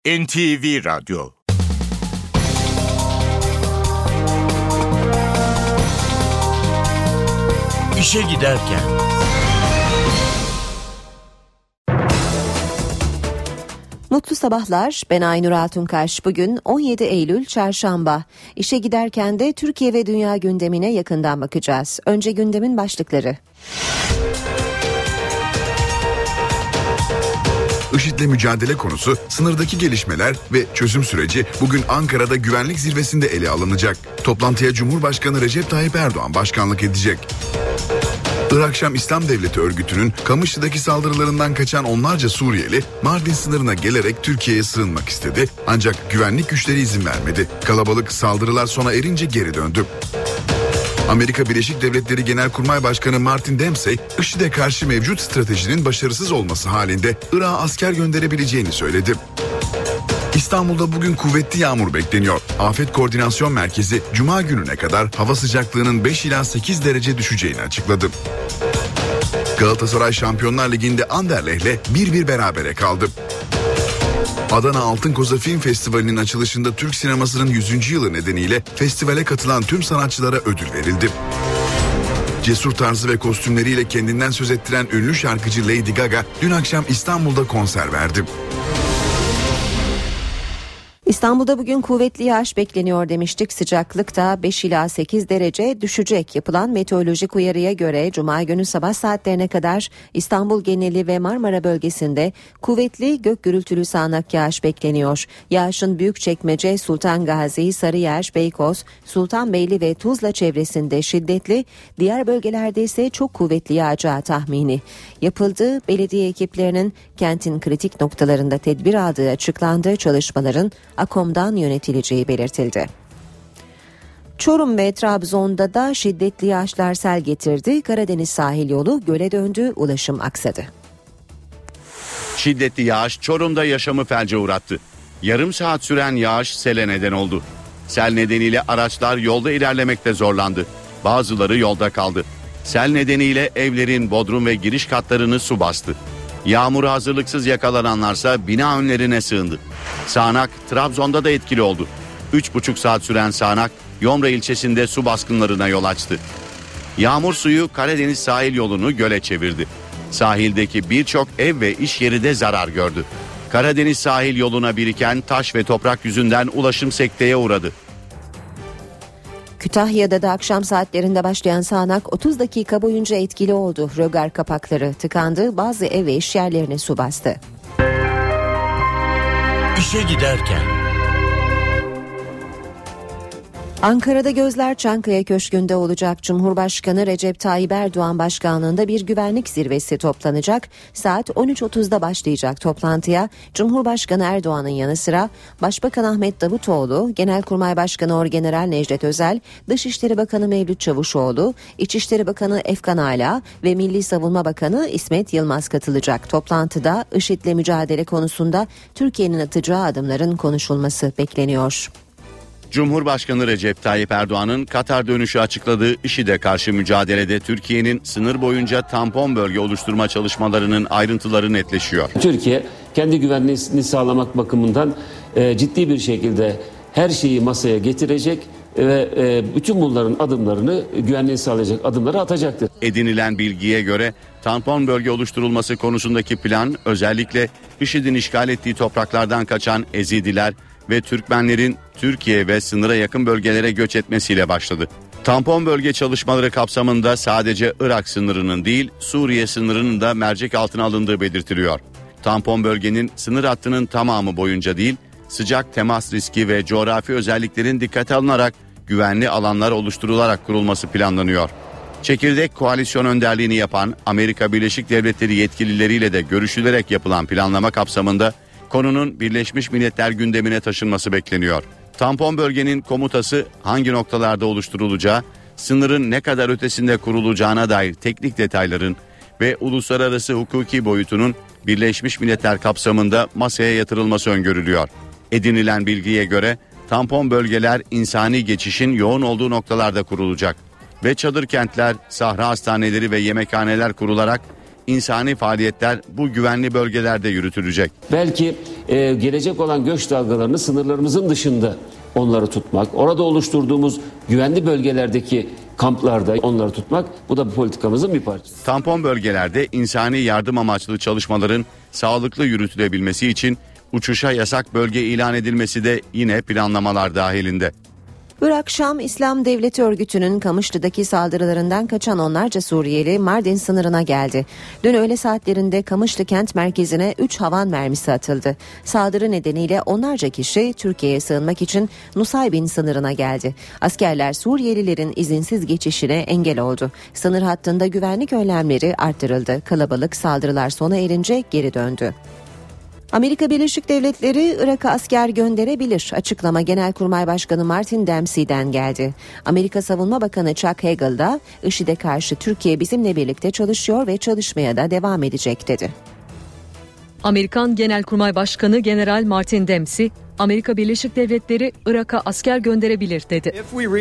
NTV Radyo. İşe giderken. Mutlu sabahlar, ben Aynur Altunkaş. Bugün 17 Eylül Çarşamba. İşe giderken de Türkiye ve dünya gündemine yakından bakacağız. Önce gündemin başlıkları. IŞİD'le mücadele konusu, sınırdaki gelişmeler ve çözüm süreci bugün Ankara'da güvenlik zirvesinde ele alınacak. Toplantıya Cumhurbaşkanı Recep Tayyip Erdoğan başkanlık edecek. Irak Şam İslam Devleti örgütünün Kamışlı'daki saldırılarından kaçan onlarca Suriyeli Mardin sınırına gelerek Türkiye'ye sığınmak istedi. Ancak güvenlik güçleri izin vermedi. Kalabalık saldırılar sona erince geri döndü. Amerika Birleşik Devletleri Genelkurmay Başkanı Martin Dempsey, IŞİD'e karşı mevcut stratejinin başarısız olması halinde Irak'a asker gönderebileceğini söyledi. İstanbul'da bugün kuvvetli yağmur bekleniyor. Afet Koordinasyon Merkezi Cuma gününe kadar hava sıcaklığının 5 ila 8 derece düşeceğini açıkladı. Galatasaray Şampiyonlar Ligi'nde Anderlecht'le 1-1 berabere kaldı. Adana Altın Koza Film Festivali'nin açılışında Türk sinemasının 100. yılı nedeniyle festivale katılan tüm sanatçılara ödül verildi. Cesur tarzı ve kostümleriyle kendinden söz ettiren ünlü şarkıcı Lady Gaga dün akşam İstanbul'da konser verdi. İstanbul'da bugün kuvvetli yağış bekleniyor demiştik. Sıcaklık da 5 ila 8 derece düşecek. Yapılan meteorolojik uyarıya göre Cuma günü sabah saatlerine kadar İstanbul geneli ve Marmara bölgesinde kuvvetli gök gürültülü sağanak yağış bekleniyor. Yağışın Büyükçekmece, Sultan Gazi, Sarıyer, Beykoz, Sultanbeyli ve Tuzla çevresinde şiddetli, diğer bölgelerde ise çok kuvvetli yağacağı tahmini yapıldı. Belediye ekiplerinin kentin kritik noktalarında tedbir aldığı açıklandı. Çalışmaların AKOM'dan yönetileceği belirtildi. Çorum ve Trabzon'da da şiddetli yağışlar sel getirdi. Karadeniz sahil yolu göle döndü, ulaşım aksadı. Şiddetli yağış Çorum'da yaşamı felce uğrattı. Yarım saat süren yağış sele neden oldu. Sel nedeniyle araçlar yolda ilerlemekte zorlandı. Bazıları yolda kaldı. Sel nedeniyle evlerin bodrum ve giriş katlarını su bastı. Yağmura hazırlıksız yakalananlarsa bina önlerine sığındı. Sağanak Trabzon'da da etkili oldu. 3,5 saat süren sağanak Yomra ilçesinde su baskınlarına yol açtı. Yağmur suyu Karadeniz sahil yolunu göle çevirdi. Sahildeki birçok ev ve iş yeri de zarar gördü. Karadeniz sahil yoluna biriken taş ve toprak yüzünden ulaşım sekteye uğradı. Kütahya'da da akşam saatlerinde başlayan sağanak 30 dakika boyunca etkili oldu. Rögar kapakları tıkandı, bazı ev ve iş yerlerine su bastı. İşe giderken. Ankara'da gözler Çankaya Köşkü'nde olacak. Cumhurbaşkanı Recep Tayyip Erdoğan başkanlığında bir güvenlik zirvesi toplanacak. Saat 13.30'da başlayacak toplantıya Cumhurbaşkanı Erdoğan'ın yanı sıra Başbakan Ahmet Davutoğlu, Genelkurmay Başkanı Orgeneral Necdet Özel, Dışişleri Bakanı Mevlüt Çavuşoğlu, İçişleri Bakanı Efkan Ala ve Milli Savunma Bakanı İsmet Yılmaz katılacak. Toplantıda IŞİD'le mücadele konusunda Türkiye'nin atacağı adımların konuşulması bekleniyor. Cumhurbaşkanı Recep Tayyip Erdoğan'ın Katar dönüşü açıkladığı IŞİD'e karşı mücadelede Türkiye'nin sınır boyunca tampon bölge oluşturma çalışmalarının ayrıntıları netleşiyor. Türkiye kendi güvenliğini sağlamak bakımından ciddi bir şekilde her şeyi masaya getirecek ve bütün bunların adımlarını, güvenliğini sağlayacak adımları atacaktır. Edinilen bilgiye göre tampon bölge oluşturulması konusundaki plan özellikle IŞİD'in işgal ettiği topraklardan kaçan Ezidiler ve Türkmenlerin Türkiye ve sınıra yakın bölgelere göç etmesiyle başladı. Tampon bölge çalışmaları kapsamında sadece Irak sınırının değil, Suriye sınırının da mercek altına alındığı belirtiliyor. Tampon bölgenin sınır hattının tamamı boyunca değil, sıcak temas riski ve coğrafi özelliklerin dikkate alınarak güvenli alanlar oluşturularak kurulması planlanıyor. Çekirdek koalisyon önderliğini yapan Amerika Birleşik Devletleri yetkilileriyle de görüşülerek yapılan planlama kapsamında konunun Birleşmiş Milletler gündemine taşınması bekleniyor. Tampon bölgenin komutası hangi noktalarda oluşturulacağı, sınırın ne kadar ötesinde kurulacağına dair teknik detayların ve uluslararası hukuki boyutunun Birleşmiş Milletler kapsamında masaya yatırılması öngörülüyor. Edinilen bilgiye göre tampon bölgeler insani geçişin yoğun olduğu noktalarda kurulacak ve çadır kentler, sahra hastaneleri ve yemekhaneler kurularak insani faaliyetler bu güvenli bölgelerde yürütülecek. Belki gelecek olan göç dalgalarını sınırlarımızın dışında onları tutmak, orada oluşturduğumuz güvenli bölgelerdeki kamplarda onları tutmak, bu da bu politikamızın bir parçası. Tampon bölgelerde insani yardım amaçlı çalışmaların sağlıklı yürütülebilmesi için uçuşa yasak bölge ilan edilmesi de yine planlamalar dahilinde. Irak Şam İslam Devleti örgütünün Kamışlı'daki saldırılarından kaçan onlarca Suriyeli Mardin sınırına geldi. Dün öğle saatlerinde Kamışlı kent merkezine 3 havan mermisi atıldı. Saldırı nedeniyle onlarca kişi Türkiye'ye sığınmak için Nusaybin sınırına geldi. Askerler Suriyelilerin izinsiz geçişine engel oldu. Sınır hattında güvenlik önlemleri arttırıldı. Kalabalık saldırılar sona erince geri döndü. Amerika Birleşik Devletleri Irak'a asker gönderebilir. Açıklama Genelkurmay Başkanı Martin Dempsey'den geldi. Amerika Savunma Bakanı Chuck Hagel da IŞİD'e karşı Türkiye bizimle birlikte çalışıyor ve çalışmaya da devam edecek dedi. Amerikan Genelkurmay Başkanı General Martin Dempsey, Amerika Birleşik Devletleri Irak'a asker gönderebilir dedi.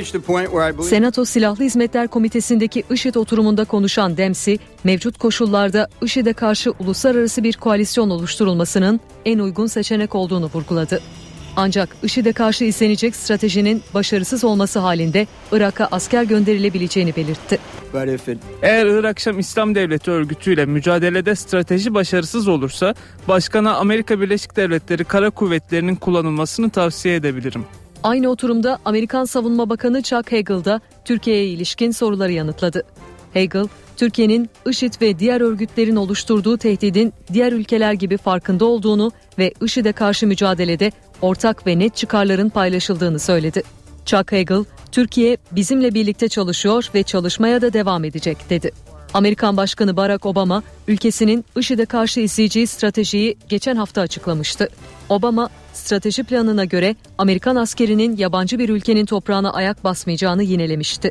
Senato Silahlı Hizmetler Komitesi'ndeki IŞİD oturumunda konuşan Dempsey, mevcut koşullarda IŞİD'e karşı uluslararası bir koalisyon oluşturulmasının en uygun seçenek olduğunu vurguladı. Ancak IŞİD'e karşı izlenecek stratejinin başarısız olması halinde Irak'a asker gönderilebileceğini belirtti. Eğer Irak Şam İslam Devleti örgütüyle mücadelede strateji başarısız olursa başkana Amerika Birleşik Devletleri Kara Kuvvetleri'nin kullanılmasını tavsiye edebilirim. Aynı oturumda Amerikan Savunma Bakanı Chuck Hagel da Türkiye'ye ilişkin soruları yanıtladı. Hagel, Türkiye'nin IŞİD ve diğer örgütlerin oluşturduğu tehdidin diğer ülkeler gibi farkında olduğunu ve IŞİD'e karşı mücadelede ortak ve net çıkarların paylaşıldığını söyledi. Chuck Hagel, Türkiye bizimle birlikte çalışıyor ve çalışmaya da devam edecek dedi. Amerikan Başkanı Barack Obama, ülkesinin IŞİD'e karşı izleyeceği stratejiyi geçen hafta açıklamıştı. Obama, strateji planına göre Amerikan askerinin yabancı bir ülkenin toprağına ayak basmayacağını yinelemişti.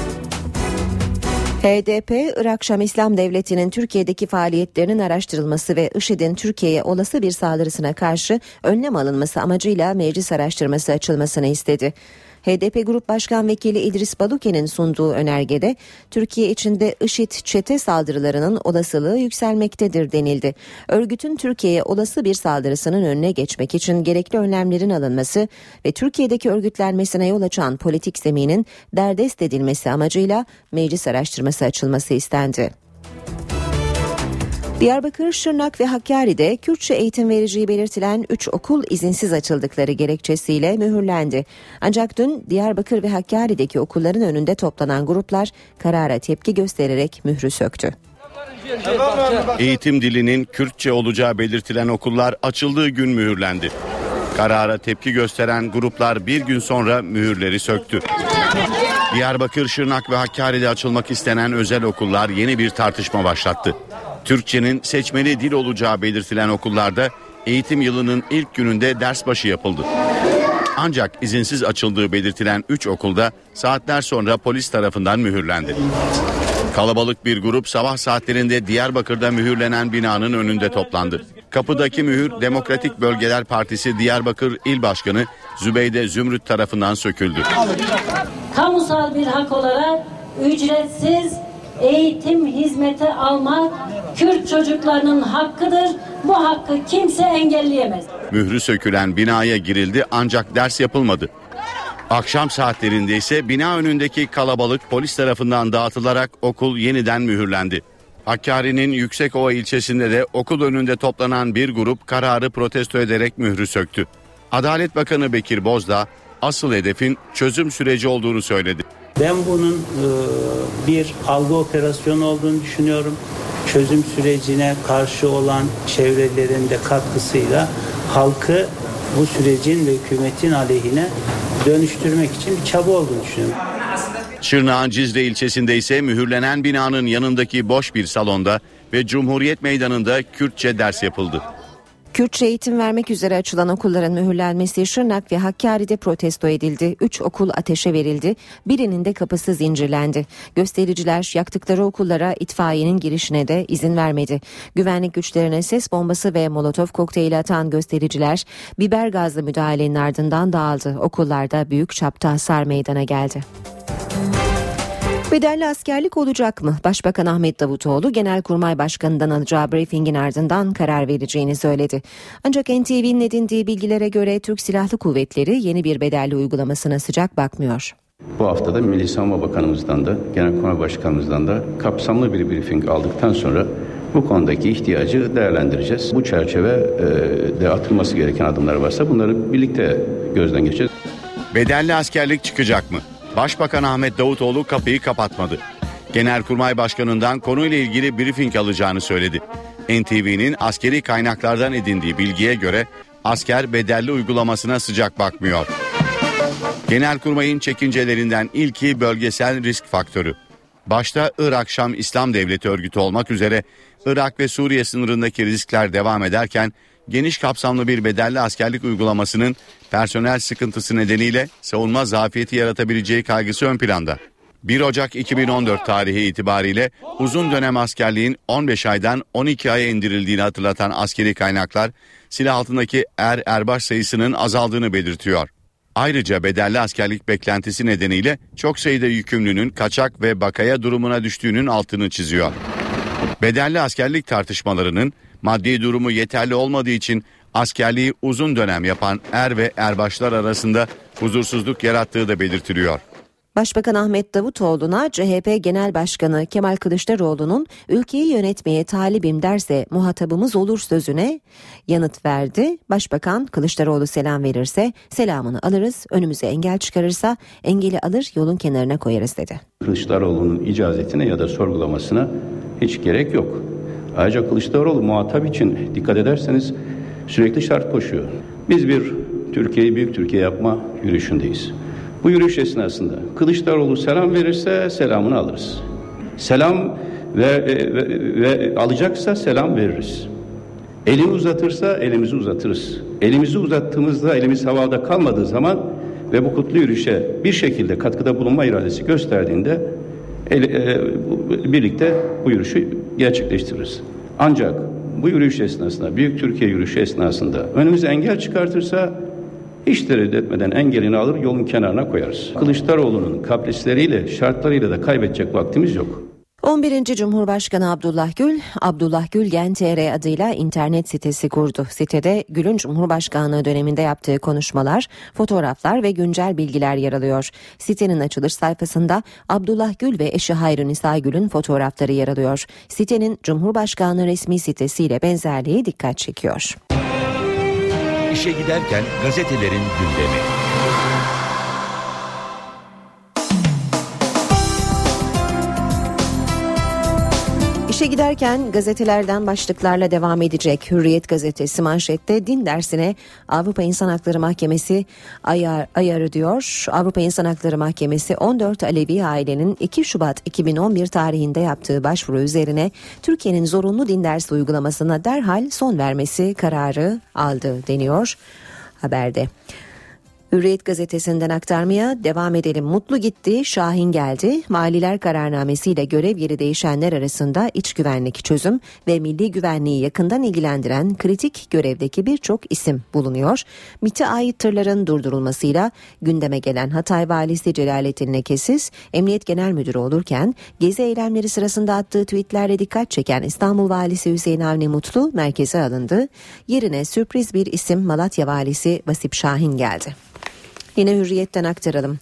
HDP, Irak Şam İslam Devleti'nin Türkiye'deki faaliyetlerinin araştırılması ve IŞİD'in Türkiye'ye olası bir saldırısına karşı önlem alınması amacıyla meclis araştırması açılmasını istedi. HDP Grup Başkan Vekili İdris Baluke'nin sunduğu önergede Türkiye içinde IŞİD çete saldırılarının olasılığı yükselmektedir denildi. Örgütün Türkiye'ye olası bir saldırısının önüne geçmek için gerekli önlemlerin alınması ve Türkiye'deki örgütlenmesine yol açan politik zeminin derdest edilmesi amacıyla meclis araştırması açılması istendi. Diyarbakır, Şırnak ve Hakkari'de Kürtçe eğitim vereceği belirtilen 3 okul izinsiz açıldıkları gerekçesiyle mühürlendi. Ancak dün Diyarbakır ve Hakkari'deki okulların önünde toplanan gruplar karara tepki göstererek mührü söktü. Eğitim dilinin Kürtçe olacağı belirtilen okullar açıldığı gün mühürlendi. Karara tepki gösteren gruplar bir gün sonra mühürleri söktü. Diyarbakır, Şırnak ve Hakkari'de açılmak istenen özel okullar yeni bir tartışma başlattı. Türkçenin seçmeli dil olacağı belirtilen okullarda eğitim yılının ilk gününde ders başı yapıldı. Ancak izinsiz açıldığı belirtilen 3 okulda saatler sonra polis tarafından mühürlendi. Kalabalık bir grup sabah saatlerinde Diyarbakır'da mühürlenen binanın önünde toplandı. Kapıdaki mühür Demokratik Bölgeler Partisi Diyarbakır İl Başkanı Zübeyde Zümrüt tarafından söküldü. Kamusal bir hak olarak ücretsiz eğitim hizmeti almak Kürt çocuklarının hakkıdır. Bu hakkı kimse engelleyemez. Mührü sökülen binaya girildi ancak ders yapılmadı. Akşam saatlerinde ise bina önündeki kalabalık polis tarafından dağıtılarak okul yeniden mühürlendi. Hakkari'nin Yüksekova ilçesinde de okul önünde toplanan bir grup kararı protesto ederek mührü söktü. Adalet Bakanı Bekir Bozdağ asıl hedefin çözüm süreci olduğunu söyledi. Ben bunun bir algı operasyonu olduğunu düşünüyorum. Çözüm sürecine karşı olan çevrelerin de katkısıyla halkı bu sürecin ve hükümetin aleyhine dönüştürmek için bir çaba olduğunu düşünüyorum. Şırnak'ın Cizre ilçesinde ise mühürlenen binanın yanındaki boş bir salonda ve Cumhuriyet Meydanı'nda Kürtçe ders yapıldı. Kürtçe eğitim vermek üzere açılan okulların mühürlenmesi Şırnak ve Hakkari'de protesto edildi. 3 okul ateşe verildi. Birinin de kapısı zincirlendi. Göstericiler yaktıkları okullara itfaiyenin girişine de izin vermedi. Güvenlik güçlerine ses bombası ve molotof kokteyli atan göstericiler biber gazlı müdahalenin ardından dağıldı. Okullarda büyük çapta hasar meydana geldi. Bedelli askerlik olacak mı? Başbakan Ahmet Davutoğlu Genelkurmay Başkanı'ndan alacağı briefingin ardından karar vereceğini söyledi. Ancak NTV'nin edindiği bilgilere göre Türk Silahlı Kuvvetleri yeni bir bedelli uygulamasına sıcak bakmıyor. Bu haftada Milli Savunma Bakanımızdan da Genelkurmay Başkanımızdan da kapsamlı bir briefing aldıktan sonra bu konudaki ihtiyacı değerlendireceğiz. Bu çerçevede atılması gereken adımlar varsa bunları birlikte gözden geçireceğiz. Bedelli askerlik çıkacak mı? Başbakan Ahmet Davutoğlu kapıyı kapatmadı. Genelkurmay Başkanı'ndan konuyla ilgili briefing alacağını söyledi. NTV'nin askeri kaynaklardan edindiği bilgiye göre asker bedelli uygulamasına sıcak bakmıyor. Genelkurmay'ın çekincelerinden ilki bölgesel risk faktörü. Başta Irak-Şam İslam Devleti örgütü olmak üzere Irak ve Suriye sınırındaki riskler devam ederken geniş kapsamlı bir bedelli askerlik uygulamasının personel sıkıntısı nedeniyle savunma zafiyeti yaratabileceği kaygısı ön planda. 1 Ocak 2014 tarihi itibariyle uzun dönem askerliğin 15 aydan 12 aya indirildiğini hatırlatan askeri kaynaklar silah altındaki erbaş sayısının azaldığını belirtiyor. Ayrıca bedelli askerlik beklentisi nedeniyle çok sayıda yükümlünün kaçak ve bakaya durumuna düştüğünün altını çiziyor. Bedelli askerlik tartışmalarının maddi durumu yeterli olmadığı için askerliği uzun dönem yapan ve erbaşlar arasında huzursuzluk yarattığı da belirtiliyor. Başbakan Ahmet Davutoğlu'na CHP Genel Başkanı Kemal Kılıçdaroğlu'nun ülkeyi yönetmeye talibim derse muhatabımız olur sözüne yanıt verdi. Başbakan Kılıçdaroğlu selam verirse selamını alırız, önümüze engel çıkarırsa engeli alır yolun kenarına koyarız dedi. Kılıçdaroğlu'nun icazetine ya da sorgulamasına hiç gerek yok. Ayrıca Kılıçdaroğlu muhatap için dikkat ederseniz sürekli şart koşuyor. Biz bir Türkiye'yi büyük Türkiye yapma yürüyüşündeyiz. Bu yürüyüş esnasında Kılıçdaroğlu selam verirse selamını alırız. Selam ve alacaksa selam veririz. Elini uzatırsa elimizi uzatırız. Elimizi uzattığımızda elimiz havada kalmadığı zaman ve bu kutlu yürüyüşe bir şekilde katkıda bulunma iradesi gösterdiğinde birlikte bu yürüyüşü gerçekleştiririz. Ancak bu yürüyüş esnasında, Büyük Türkiye yürüyüşü esnasında önümüze engel çıkartırsa hiç tereddüt etmeden engelini alır yolun kenarına koyarız. Kılıçdaroğlu'nun kaprisleriyle, şartlarıyla da kaybedecek vaktimiz yok. 11. Cumhurbaşkanı Abdullah Gül Gen.tr adıyla internet sitesi kurdu. Sitede Gül'ün Cumhurbaşkanlığı döneminde yaptığı konuşmalar, fotoğraflar ve güncel bilgiler yer alıyor. Sitenin açılış sayfasında Abdullah Gül ve eşi Hayrunisa Gül'ün fotoğrafları yer alıyor. Sitenin Cumhurbaşkanlığı resmi sitesiyle benzerliği dikkat çekiyor. İşe giderken gazetelerin gündemi. İşe giderken gazetelerden başlıklarla devam edecek. Hürriyet gazetesi manşette din dersine Avrupa İnsan Hakları Mahkemesi ayarı diyor. Avrupa İnsan Hakları Mahkemesi 14 Alevi ailenin 2 Şubat 2011 tarihinde yaptığı başvuru üzerine Türkiye'nin zorunlu din dersi uygulamasına derhal son vermesi kararı aldı deniyor haberde. Hürriyet gazetesinden aktarmaya devam edelim. Mutlu gitti, Şahin geldi. Valiler kararnamesiyle görev yeri değişenler arasında iç güvenlik çözüm ve milli güvenliği yakından ilgilendiren kritik görevdeki birçok isim bulunuyor. MİT'e ait tırların durdurulmasıyla gündeme gelen Hatay valisi Celalettin Lekesiz, Emniyet Genel Müdürü olurken gezi eylemleri sırasında attığı tweetlerle dikkat çeken İstanbul valisi Hüseyin Avni Mutlu merkeze alındı. Yerine sürpriz bir isim Malatya valisi Vasip Şahin geldi. Yine Hürriyet'ten aktaralım.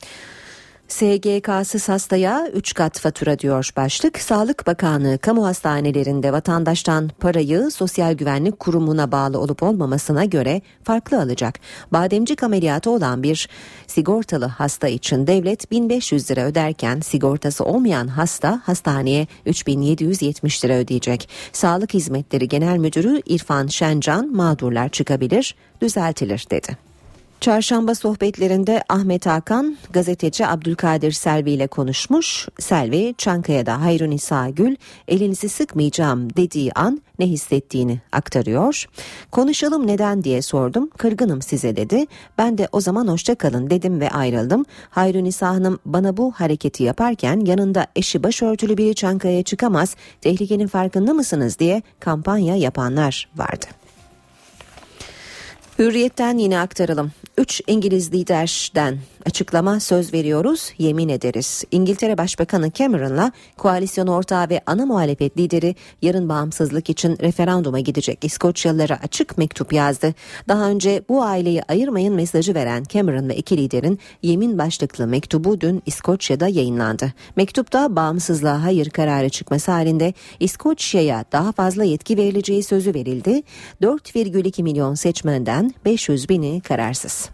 SGK'sız hastaya 3 kat fatura diyor başlık. Sağlık Bakanlığı kamu hastanelerinde vatandaştan parayı Sosyal Güvenlik Kurumu'na bağlı olup olmamasına göre farklı alacak. Bademcik ameliyatı olan bir sigortalı hasta için devlet 1500 lira öderken sigortası olmayan hasta hastaneye 3770 lira ödeyecek. Sağlık Hizmetleri Genel Müdürü İrfan Şencan mağdurlar çıkabilir, düzeltilir dedi. Çarşamba sohbetlerinde Ahmet Hakan gazeteci Abdülkadir Selvi ile konuşmuş. Selvi Çankaya'da Hayrunisa Gül elinizi sıkmayacağım dediği an ne hissettiğini aktarıyor. Konuşalım neden diye sordum. Kırgınım size dedi. Ben de o zaman hoşça kalın dedim ve ayrıldım. Hayrunisa Hanım bana bu hareketi yaparken yanında eşi başörtülü biri Çankaya'ya çıkamaz. Tehlikenin farkında mısınız diye kampanya yapanlar vardı. Hürriyet'ten yine aktaralım. 3 İngiliz liderden Açıklama: söz veriyoruz, yemin ederiz. İngiltere Başbakanı Cameron'la koalisyon ortağı ve ana muhalefet lideri yarın bağımsızlık için referanduma gidecek İskoçyalılara açık mektup yazdı. Daha önce bu aileyi ayırmayın mesajı veren Cameron ve iki liderin yemin başlıklı mektubu dün İskoçya'da yayınlandı. Mektupta bağımsızlığa hayır kararı çıkması halinde İskoçya'ya daha fazla yetki verileceği sözü verildi. 4,2 milyon seçmenden 500 bini kararsız.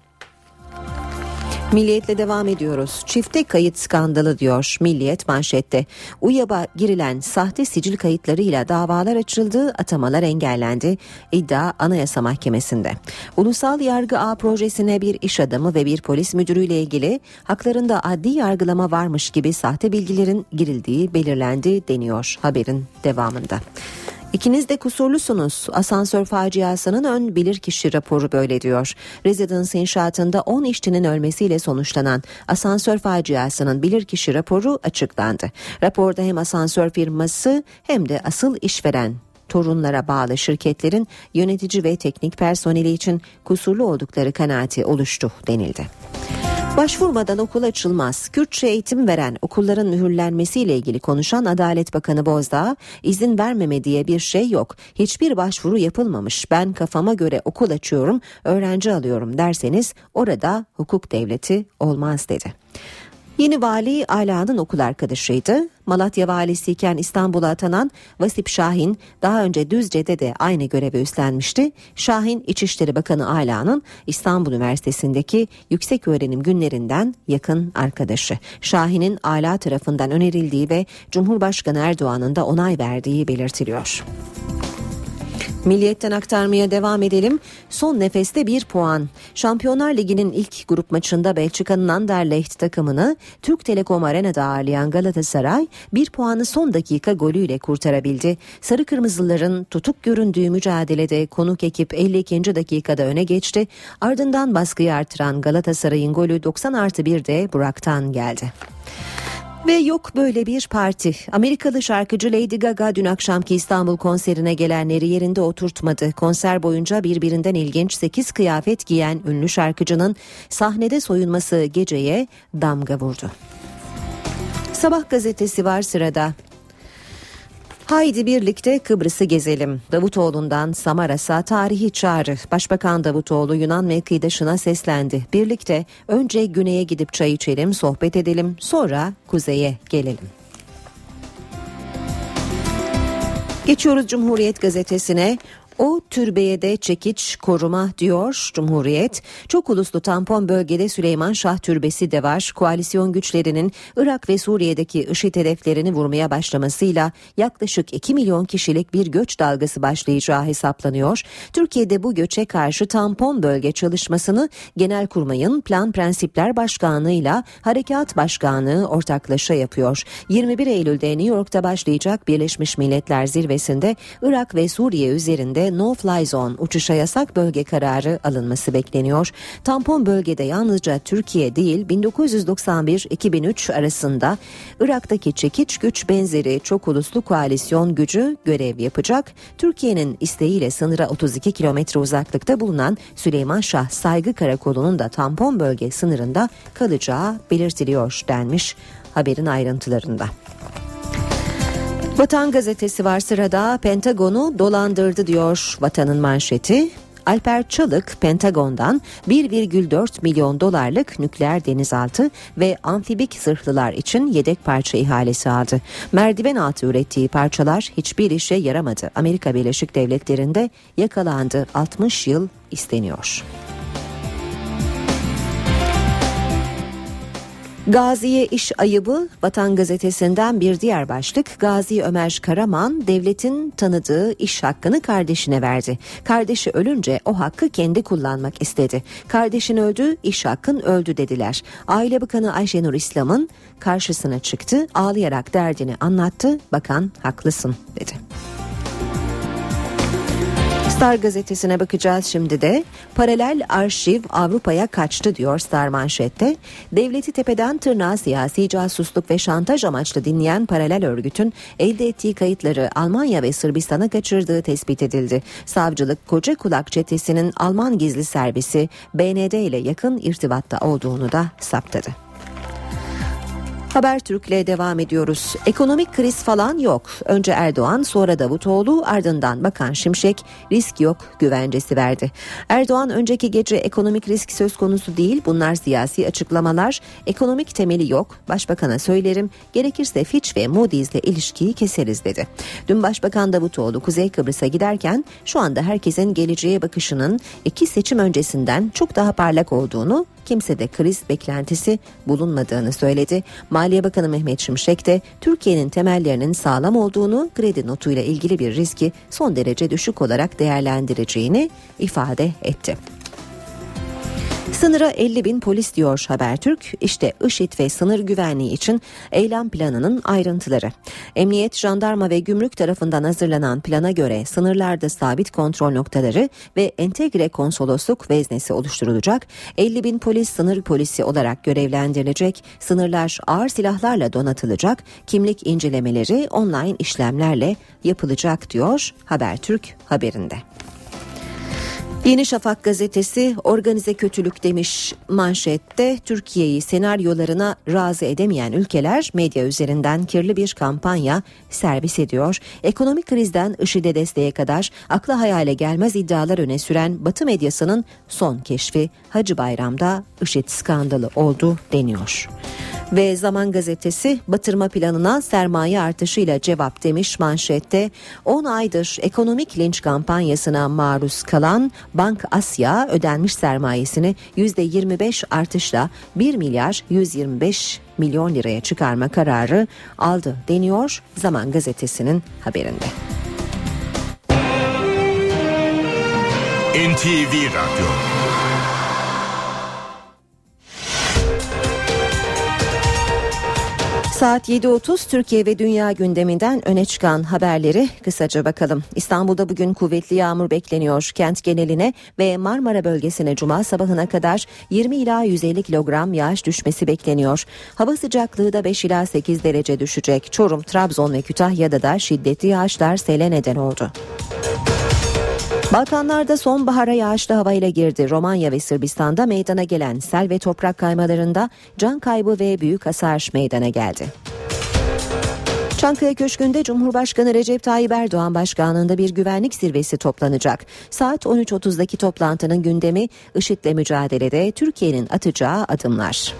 Milliyetle devam ediyoruz. Çifte kayıt skandalı diyor Milliyet manşette. UYAP'a girilen sahte sicil kayıtlarıyla davalar açıldı, atamalar engellendi. İddia Anayasa Mahkemesi'nde. Ulusal Yargı Ağ projesine bir iş adamı ve bir polis müdürüyle ilgili haklarında adli yargılama varmış gibi sahte bilgilerin girildiği belirlendi deniyor haberin devamında. İkiniz de kusurlusunuz. Asansör faciasının ön bilirkişi raporu böyle diyor. Residence inşaatında 10 işçinin ölmesiyle sonuçlanan asansör faciasının bilirkişi raporu açıklandı. Raporda hem asansör firması hem de asıl işveren torunlara bağlı şirketlerin yönetici ve teknik personeli için kusurlu oldukları kanaati oluştu denildi. Başvurmadan okul açılmaz. Kürtçe eğitim veren okulların mühürlenmesiyle ilgili konuşan Adalet Bakanı Bozdağ, izin vermeme diye bir şey yok. Hiçbir başvuru yapılmamış. Ben kafama göre okul açıyorum, öğrenci alıyorum derseniz orada hukuk devleti olmaz dedi. Yeni vali Ala'nın okul arkadaşıydı. Malatya valisiyken İstanbul'a atanan Vasip Şahin daha önce Düzce'de de aynı görevi üstlenmişti. Şahin, İçişleri Bakanı Ala'nın İstanbul Üniversitesi'ndeki yükseköğrenim günlerinden yakın arkadaşı. Şahin'in Ala tarafından önerildiği ve Cumhurbaşkanı Erdoğan'ın da onay verdiği belirtiliyor. Milliyet'ten aktarmaya devam edelim. Son nefeste 1 puan. Şampiyonlar Ligi'nin ilk grup maçında Belçika'nın Anderlecht takımını Türk Telekom Arena'da ağırlayan Galatasaray 1 puanı son dakika golüyle kurtarabildi. Sarı Kırmızıların tutuk göründüğü mücadelede konuk ekip 52. dakikada öne geçti. Ardından baskıyı artıran Galatasaray'ın golü 90+1'de Burak'tan geldi. Ve yok böyle bir parti. Amerikalı şarkıcı Lady Gaga dün akşamki İstanbul konserine gelenleri yerinde oturtmadı. Konser boyunca birbirinden ilginç 8 kıyafet giyen ünlü şarkıcının sahnede soyunması geceye damga vurdu. Sabah gazetesi var sırada. Haydi birlikte Kıbrıs'ı gezelim. Davutoğlu'ndan Samaras'a tarihi çağrı. Başbakan Davutoğlu Yunan mevkidaşına seslendi. Birlikte önce güneye gidip çay içelim, sohbet edelim, sonra kuzeye gelelim. Geçiyoruz Cumhuriyet gazetesine. O türbeye de çekiç koruma diyor Cumhuriyet. Çok uluslu tampon bölgede Süleyman Şah Türbesi de var. Koalisyon güçlerinin Irak ve Suriye'deki IŞİD hedeflerini vurmaya başlamasıyla yaklaşık 2 milyon kişilik bir göç dalgası başlayacağı hesaplanıyor. Türkiye'de bu göçe karşı tampon bölge çalışmasını Genelkurmay'ın Plan Prensipler Başkanlığı'yla Harekat Başkanlığı ortaklaşa yapıyor. 21 Eylül'de New York'ta başlayacak Birleşmiş Milletler Zirvesi'nde Irak ve Suriye üzerinde No-Fly Zone uçuşa yasak bölge kararı alınması bekleniyor. Tampon bölgede yalnızca Türkiye değil 1991-2003 arasında Irak'taki çekiç güç benzeri çok uluslu koalisyon gücü görev yapacak. Türkiye'nin isteğiyle sınıra 32 kilometre uzaklıkta bulunan Süleyman Şah Saygı Karakolu'nun da tampon bölge sınırında kalacağı belirtiliyor denmiş haberin ayrıntılarında. Vatan gazetesi var sırada. Pentagon'u dolandırdı diyor Vatan'ın manşeti. Alper Çalık Pentagon'dan 1,4 milyon dolarlık nükleer denizaltı ve amfibik zırhlılar için yedek parça ihalesi aldı. Merdiven altı ürettiği parçalar hiçbir işe yaramadı. Amerika Birleşik Devletleri'nde yakalandı. 60 yıl isteniyor. Gazi'ye iş ayıbı Vatan Gazetesi'nden bir diğer başlık. Gazi Ömer Karaman devletin tanıdığı iş hakkını kardeşine verdi. Kardeşi ölünce o hakkı kendi kullanmak istedi. Kardeşin öldü, iş hakkın öldü dediler. Aile Bakanı Ayşenur İslam'ın karşısına çıktı, ağlayarak derdini anlattı. Bakan haklısın dedi. Star gazetesine bakacağız şimdi de. Paralel arşiv Avrupa'ya kaçtı diyor Star manşette. Devleti tepeden tırnağa siyasi casusluk ve şantaj amaçlı dinleyen paralel örgütün elde ettiği kayıtları Almanya ve Sırbistan'a kaçırdığı tespit edildi. Savcılık Koca Kulak çetesinin Alman gizli servisi BND ile yakın irtibatta olduğunu da saptadı. Habertürk'le devam ediyoruz. Ekonomik kriz falan yok. Önce Erdoğan, sonra Davutoğlu, ardından Bakan Şimşek risk yok güvencesi verdi. Erdoğan önceki gece ekonomik risk söz konusu değil, bunlar siyasi açıklamalar, ekonomik temeli yok. Başbakan'a söylerim, gerekirse Fitch ve Moody's'le ilişkiyi keseriz dedi. Dün Başbakan Davutoğlu Kuzey Kıbrıs'a giderken şu anda herkesin geleceğe bakışının 2 seçim öncesinden çok daha parlak olduğunu, kimsede kriz beklentisi bulunmadığını söyledi. Maliye Bakanı Mehmet Şimşek de Türkiye'nin temellerinin sağlam olduğunu, kredi notuyla ilgili bir riski son derece düşük olarak değerlendireceğini ifade etti. Sınıra 50.000 polis diyor Habertürk. İşte IŞİD ve sınır güvenliği için eylem planının ayrıntıları. Emniyet, jandarma ve gümrük tarafından hazırlanan plana göre sınırlarda sabit kontrol noktaları ve entegre konsolosluk veznesi oluşturulacak. 50.000 polis sınır polisi olarak görevlendirilecek. Sınırlar ağır silahlarla donatılacak. Kimlik incelemeleri online işlemlerle yapılacak diyor Habertürk haberinde. Yeni Şafak gazetesi organize kötülük demiş manşette. Türkiye'yi senaryolarına razı edemeyen ülkeler medya üzerinden kirli bir kampanya servis ediyor. Ekonomik krizden IŞİD'e desteğe kadar akla hayale gelmez iddialar öne süren Batı medyasının son keşfi Hacı Bayram'da IŞİD skandalı oldu deniyor. Ve Zaman gazetesi batırma planına sermaye artışıyla cevap demiş manşette. 10 aydır ekonomik linç kampanyasına maruz kalan Bank Asya ödenmiş sermayesini %25 artışla 1 milyar 125 milyon liraya çıkarma kararı aldı deniyor Zaman gazetesinin haberinde. NTV Radyo. Saat 7.30 Türkiye ve dünya gündeminden öne çıkan haberleri kısaca bakalım. İstanbul'da bugün kuvvetli yağmur bekleniyor. Kent geneline ve Marmara bölgesine cuma sabahına kadar 20 ila 150 kilogram yağış düşmesi bekleniyor. Hava sıcaklığı da 5 ila 8 derece düşecek. Çorum, Trabzon ve Kütahya'da da şiddetli yağışlar sele neden oldu. Balkanlarda sonbahara yağışlı havayla girdi. Romanya ve Sırbistan'da meydana gelen sel ve toprak kaymalarında can kaybı ve büyük hasar meydana geldi. Çankaya Köşkü'nde Cumhurbaşkanı Recep Tayyip Erdoğan başkanlığında bir güvenlik zirvesi toplanacak. Saat 13.30'daki toplantının gündemi IŞİD'le mücadelede Türkiye'nin atacağı adımlar.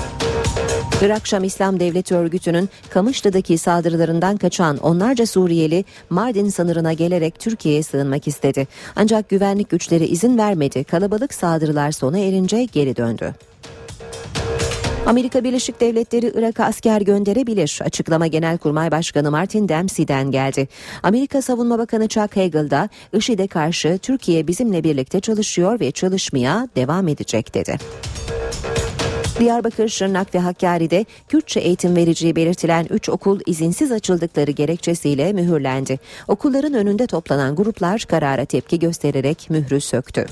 Irak Şam İslam Devleti örgütünün Kamışlı'daki saldırılarından kaçan onlarca Suriyeli Mardin sınırına gelerek Türkiye'ye sığınmak istedi. Ancak güvenlik güçleri izin vermedi. Kalabalık saldırılar sona erince geri döndü. Amerika Birleşik Devletleri Irak'a asker gönderebilir. Açıklama Genelkurmay Başkanı Martin Dempsey'den geldi. Amerika Savunma Bakanı Chuck Hagel da IŞİD'e karşı Türkiye bizimle birlikte çalışıyor ve çalışmaya devam edecek dedi. Diyarbakır, Şırnak ve Hakkari'de Kürtçe eğitim vereceği belirtilen 3 okul izinsiz açıldıkları gerekçesiyle mühürlendi. Okulların önünde toplanan gruplar karara tepki göstererek mührü söktü.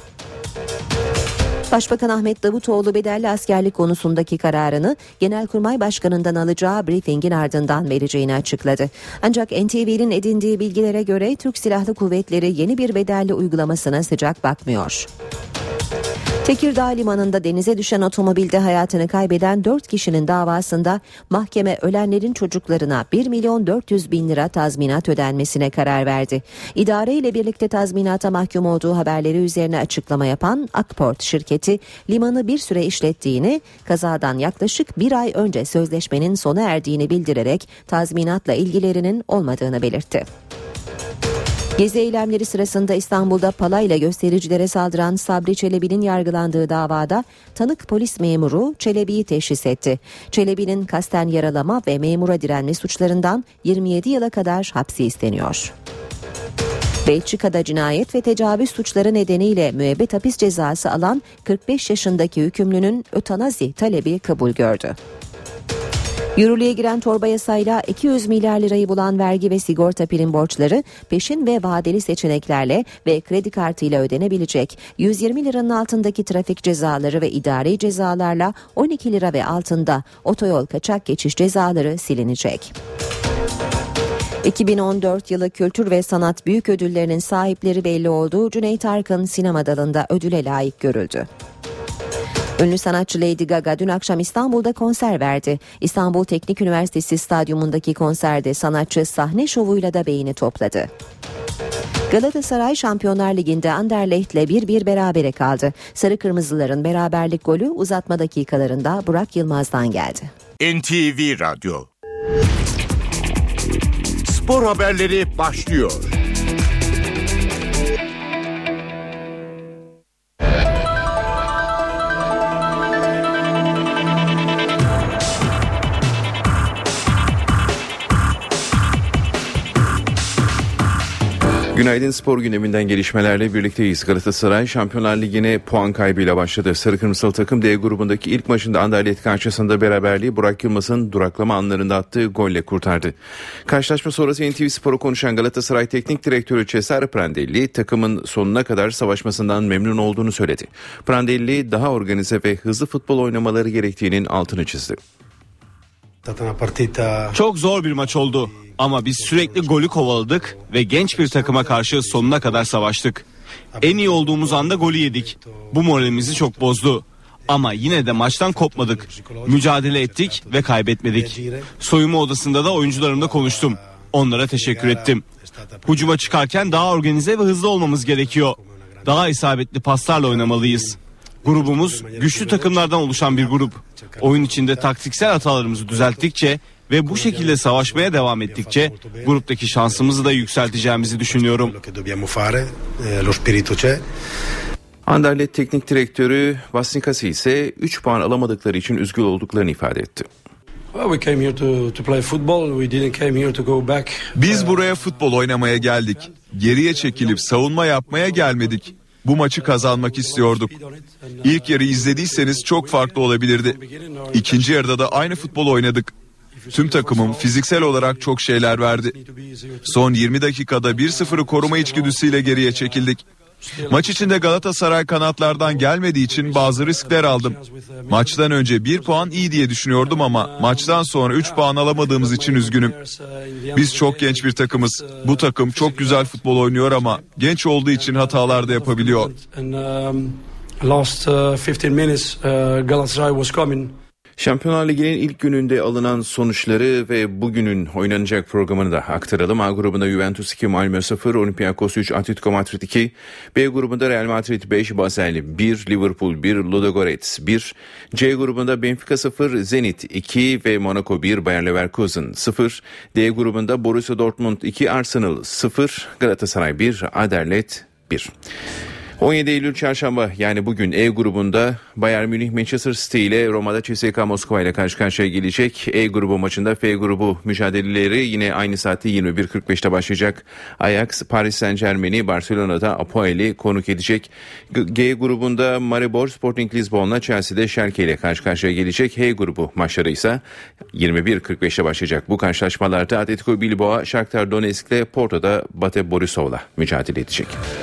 Başbakan Ahmet Davutoğlu bedelli askerlik konusundaki kararını Genelkurmay Başkanı'ndan alacağı briefingin ardından vereceğini açıkladı. Ancak NTV'nin edindiği bilgilere göre Türk Silahlı Kuvvetleri yeni bir bedelli uygulamasına sıcak bakmıyor. Tekirdağ Limanı'nda denize düşen otomobilde hayatını kaybeden 4 kişinin davasında mahkeme ölenlerin çocuklarına 1.400.000 lira tazminat ödenmesine karar verdi. İdare ile birlikte tazminata mahkum olduğu haberleri üzerine açıklama yapan Akport şirketi limanı bir süre işlettiğini, kazadan yaklaşık bir ay önce sözleşmenin sona erdiğini bildirerek tazminatla ilgilerinin olmadığını belirtti. Gezi eylemleri sırasında İstanbul'da palayla göstericilere saldıran Sabri Çelebi'nin yargılandığı davada tanık polis memuru Çelebi'yi teşhis etti. Çelebi'nin kasten yaralama ve memura direnme suçlarından 27 yıla kadar hapsi isteniyor. Belçika'da cinayet ve tecavüz suçları nedeniyle müebbet hapis cezası alan 45 yaşındaki hükümlünün ötanazi talebi kabul gördü. Yürürlüğe giren torba yasayla 200 milyar lirayı bulan vergi ve sigorta prim borçları peşin ve vadeli seçeneklerle ve kredi kartıyla ödenebilecek. 120 liranın altındaki trafik cezaları ve idari cezalarla 12 lira ve altında otoyol kaçak geçiş cezaları silinecek. 2014 yılı Kültür ve Sanat Büyük Ödülleri'nin sahipleri belli oldu. Cüneyt Arkın sinema dalında ödüle layık görüldü. Ünlü sanatçı Lady Gaga dün akşam İstanbul'da konser verdi. İstanbul Teknik Üniversitesi Stadyumundaki konserde sanatçı sahne şovuyla da beğeni topladı. Galatasaray Şampiyonlar Ligi'nde Anderlecht'le 1-1 berabere kaldı. Sarı Kırmızıların beraberlik golü uzatma dakikalarında Burak Yılmaz'dan geldi. NTV Radyo Spor haberleri başlıyor. Günaydın, spor gündeminden gelişmelerle birlikteyiz. Galatasaray Şampiyonlar Ligi'ne puan kaybıyla başladı. Sarı Kırmızılı takım D grubundaki ilk maçında Anderlecht karşısında beraberliği Burak Yılmaz'ın duraklama anlarında attığı golle kurtardı. Karşılaşma sonrası NTV Spor'u konuşan Galatasaray Teknik Direktörü Cesare Prandelli takımın sonuna kadar savaşmasından memnun olduğunu söyledi. Prandelli daha organize ve hızlı futbol oynamaları gerektiğinin altını çizdi. Çok zor bir maç oldu ama biz sürekli golü kovaladık ve genç bir takıma karşı sonuna kadar savaştık. En iyi olduğumuz anda golü yedik. Bu moralimizi çok bozdu. Ama yine de maçtan kopmadık. Mücadele ettik ve kaybetmedik. Soyunma odasında da oyuncularımla konuştum. Onlara teşekkür ettim. Hücuma çıkarken daha organize ve hızlı olmamız gerekiyor. Daha isabetli paslarla oynamalıyız. Grubumuz güçlü takımlardan oluşan bir grup. Oyun içinde taktiksel hatalarımızı düzelttikçe ve bu şekilde savaşmaya devam ettikçe gruptaki şansımızı da yükselteceğimizi düşünüyorum. Anderlecht Teknik Direktörü Vasnikasi ise 3 puan alamadıkları için üzgün olduklarını ifade etti. Biz buraya futbol oynamaya geldik. Geriye çekilip savunma yapmaya gelmedik. Bu maçı kazanmak istiyorduk. İlk yarı izlediyseniz çok farklı olabilirdi. İkinci yarıda da aynı futbol oynadık. Tüm takımım fiziksel olarak çok şeyler verdi. Son 20 dakikada 1-0'ı koruma içgüdüsüyle geriye çekildik. Maç içinde Galatasaray kanatlardan gelmediği için bazı riskler aldım. Maçtan önce 1 puan iyi diye düşünüyordum ama maçtan sonra 3 puan alamadığımız için üzgünüm. Biz çok genç bir takımız. Bu takım çok güzel futbol oynuyor ama genç olduğu için hatalar da yapabiliyor. Şampiyonlar Ligi'nin ilk gününde alınan sonuçları ve bugünün oynanacak programını da aktaralım. A grubunda Juventus 2, Malmö 0, Olympiakos 3, Atletico Madrid 2. B grubunda Real Madrid 5, Basel 1, Liverpool 1, Ludogorets 1. C grubunda Benfica 0, Zenit 2 ve Monaco 1, Bayer Leverkusen 0. D grubunda Borussia Dortmund 2, Arsenal 0, Galatasaray 1, Anderlecht 1. 17 Eylül Çarşamba, yani bugün E grubunda Bayern Münih Manchester City ile Roma'da CSKA Moskova ile karşı karşıya gelecek. E grubu maçında F grubu mücadeleleri yine aynı saatte 21.45'te başlayacak. Ajax Paris Saint-Germain'i Barcelona'da Apoel'i konuk edecek. G grubunda Maribor Sporting Lisbon'la Chelsea'de Schalke ile karşı karşıya gelecek. H grubu maçları ise 21.45'te başlayacak. Bu karşılaşmalarda Atletico Bilbao Shakhtar Donetsk ile Porto'da Bate Borisov'la mücadele edecek.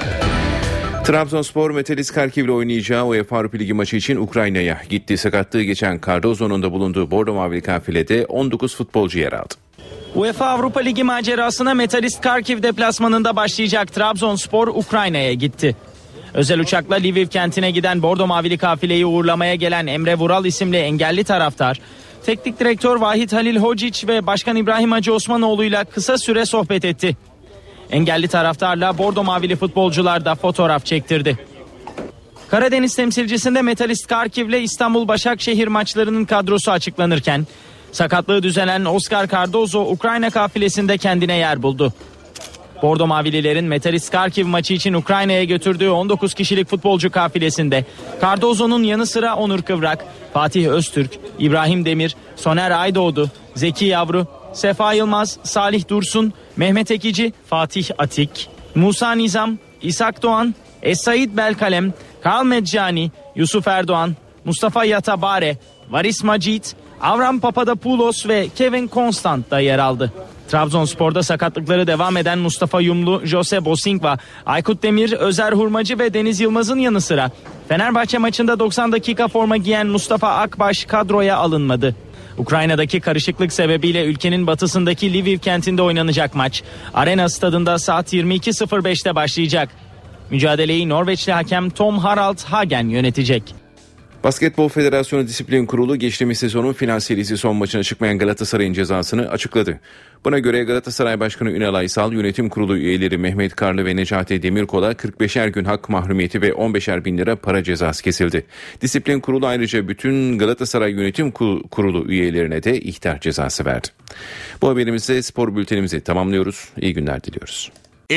Trabzonspor Metalist Kharkiv ile oynayacağı UEFA Avrupa Ligi maçı için Ukrayna'ya gitti. Sakatlığı geçen Cardozo'nun da bulunduğu Bordo Mavili kafilede 19 futbolcu yer aldı. UEFA Avrupa Ligi macerasına Metalist Kharkiv deplasmanında başlayacak Trabzonspor Ukrayna'ya gitti. Özel uçakla Lviv kentine giden Bordo Mavili kafileyi uğurlamaya gelen Emre Vural isimli engelli taraftar, teknik direktör Vahit Halil Hocic ve Başkan İbrahim Hacı Osmanoğlu'yla kısa süre sohbet etti. Engelli taraftarla Bordo Mavili futbolcular da fotoğraf çektirdi. Karadeniz temsilcisinde Metalist Kharkiv ile İstanbul Başakşehir maçlarının kadrosu açıklanırken sakatlığı düzelen Oscar Cardozo Ukrayna kafilesinde kendine yer buldu. Bordo Mavililerin Metalist Kharkiv maçı için Ukrayna'ya götürdüğü 19 kişilik futbolcu kafilesinde Cardozo'nun yanı sıra Onur Kıvrak, Fatih Öztürk, İbrahim Demir, Soner Aydoğdu, Zeki Yavru, Sefa Yılmaz, Salih Dursun, Mehmet Ekici, Fatih Atik, Musa Nizam, İshak Doğan, Es-Said Belkalem, Karl Medcani, Yusuf Erdoğan, Mustafa Yatabare, Varis Macit, Avram Papadopoulos ve Kevin Constant da yer aldı. Trabzonspor'da sakatlıkları devam eden Mustafa Yumlu, Jose Bosingva, Aykut Demir, Özer Hurmacı ve Deniz Yılmaz'ın yanı sıra Fenerbahçe maçında 90 dakika forma giyen Mustafa Akbaş kadroya alınmadı. Ukrayna'daki karışıklık sebebiyle ülkenin batısındaki Lviv kentinde oynanacak maç Arena Stadında saat 22.05'te başlayacak. Mücadeleyi Norveçli hakem Tom Harald Hagen yönetecek. Basketbol Federasyonu Disiplin Kurulu geçtiğimiz sezonun final serisi son maçına çıkmayan Galatasaray'ın cezasını açıkladı. Buna göre Galatasaray Başkanı Ünal Aysal, Yönetim Kurulu üyeleri Mehmet Karlı ve Necati Demirkol'a 45'er gün hak mahrumiyeti ve 15'er bin lira para cezası kesildi. Disiplin Kurulu ayrıca bütün Galatasaray Yönetim Kurulu üyelerine de ihtar cezası verdi. Bu haberimizle spor bültenimizi tamamlıyoruz. İyi günler diliyoruz.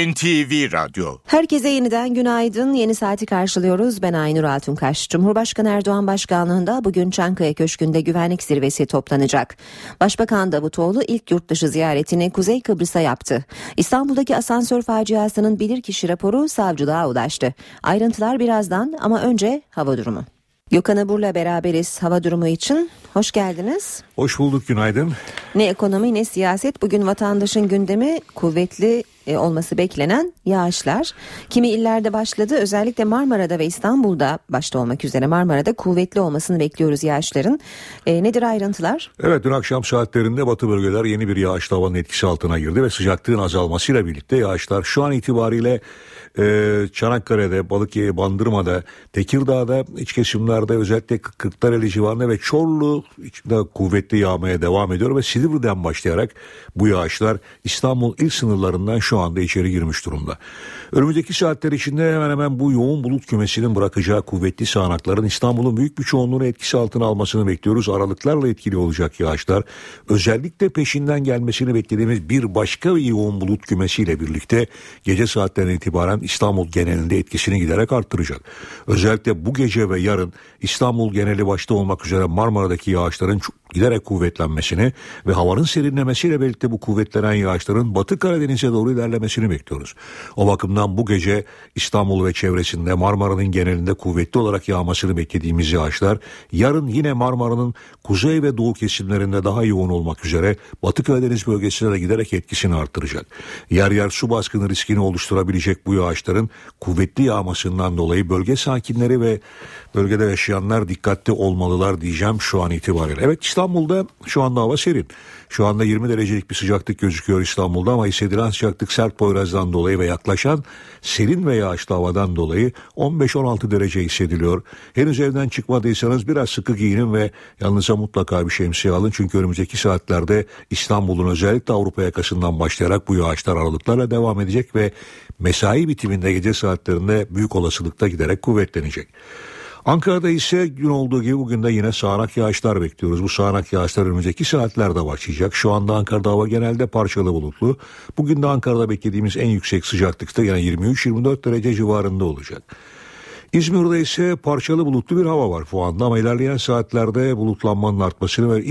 NTV Radyo. Herkese yeniden günaydın. Yeni saati karşılıyoruz. Ben Aynur Altunkaş. Cumhurbaşkanı Erdoğan başkanlığında bugün Çankaya Köşkü'nde güvenlik zirvesi toplanacak. Başbakan Davutoğlu ilk yurt dışı ziyaretini Kuzey Kıbrıs'a yaptı. İstanbul'daki asansör faciasının bilirkişi raporu savcılığa ulaştı. Ayrıntılar birazdan ama önce hava durumu. Gökhan Abur'la beraberiz hava durumu için. Hoş geldiniz. Hoş bulduk, günaydın. Ne ekonomi ne siyaset. Bugün vatandaşın gündemi kuvvetli olması beklenen yağışlar. Kimi illerde başladı, özellikle Marmara'da ve İstanbul'da başta olmak üzere Marmara'da kuvvetli olmasını bekliyoruz yağışların. Nedir ayrıntılar? Evet, dün akşam saatlerinde batı bölgeler yeni bir yağışlı havanın etkisi altına girdi ve sıcaklığın azalmasıyla birlikte yağışlar şu an itibariyle Çanakkale'de, Balıkesir, Bandırma'da, Tekirdağ'da, iç kesimlerde özellikle Kırklareli civarında ve Çorlu'da kuvvetli yağmaya devam ediyor ve Silivri'den başlayarak bu yağışlar İstanbul il sınırlarından şu anda içeri girmiş durumda. Önümüzdeki saatler içinde hemen hemen bu yoğun bulut kümesinin bırakacağı kuvvetli sağanakların İstanbul'un büyük bir çoğunluğunu etkisi altına almasını bekliyoruz. Aralıklarla etkili olacak yağışlar, özellikle peşinden gelmesini beklediğimiz bir başka yoğun bulut kümesiyle birlikte gece saatlerine itibaren İstanbul genelinde etkisini giderek arttıracak. Özellikle bu gece ve yarın İstanbul geneli başta olmak üzere Marmara'daki yağışların giderek kuvvetlenmesini ve havanın serinlemesiyle birlikte bu kuvvetlenen yağışların Batı Karadeniz'e doğru ilerlemesini bekliyoruz. O bakımdan bu gece İstanbul ve çevresinde Marmara'nın genelinde kuvvetli olarak yağmasını beklediğimiz yağışlar yarın yine Marmara'nın kuzey ve doğu kesimlerinde daha yoğun olmak üzere Batı Karadeniz bölgesine de giderek etkisini arttıracak. Yer yer su baskını riskini oluşturabilecek bu yağışların kuvvetli yağmasından dolayı bölge sakinleri ve bölgede yaşayanlar dikkatli olmalılar diyeceğim şu an itibariyle. Evet, İstanbul'da şu anda hava serin. Şu anda 20 derecelik bir sıcaklık gözüküyor İstanbul'da ama hissedilen sıcaklık sert Poyraz'dan dolayı ve yaklaşan serin ve yağışlı havadan dolayı 15-16 derece hissediliyor. Henüz evden çıkmadıysanız biraz sıkı giyinin ve yanınıza mutlaka bir şemsiye alın. Çünkü önümüzdeki saatlerde İstanbul'un özellikle Avrupa yakasından başlayarak bu yağışlar aralıklarla devam edecek ve mesai bitiminde gece saatlerinde büyük olasılıkla giderek kuvvetlenecek. Ankara'da ise gün olduğu gibi bugün de yine sağanak yağışlar bekliyoruz. Bu sağanak yağışlar önümüzdeki saatlerde başlayacak. Şu anda Ankara'da hava genelde parçalı bulutlu. Bugün de Ankara'da beklediğimiz en yüksek sıcaklıkta yani 23-24 derece civarında olacak. İzmir'de ise parçalı bulutlu bir hava var şu anda ama ilerleyen saatlerde bulutlanmanın artmasını ve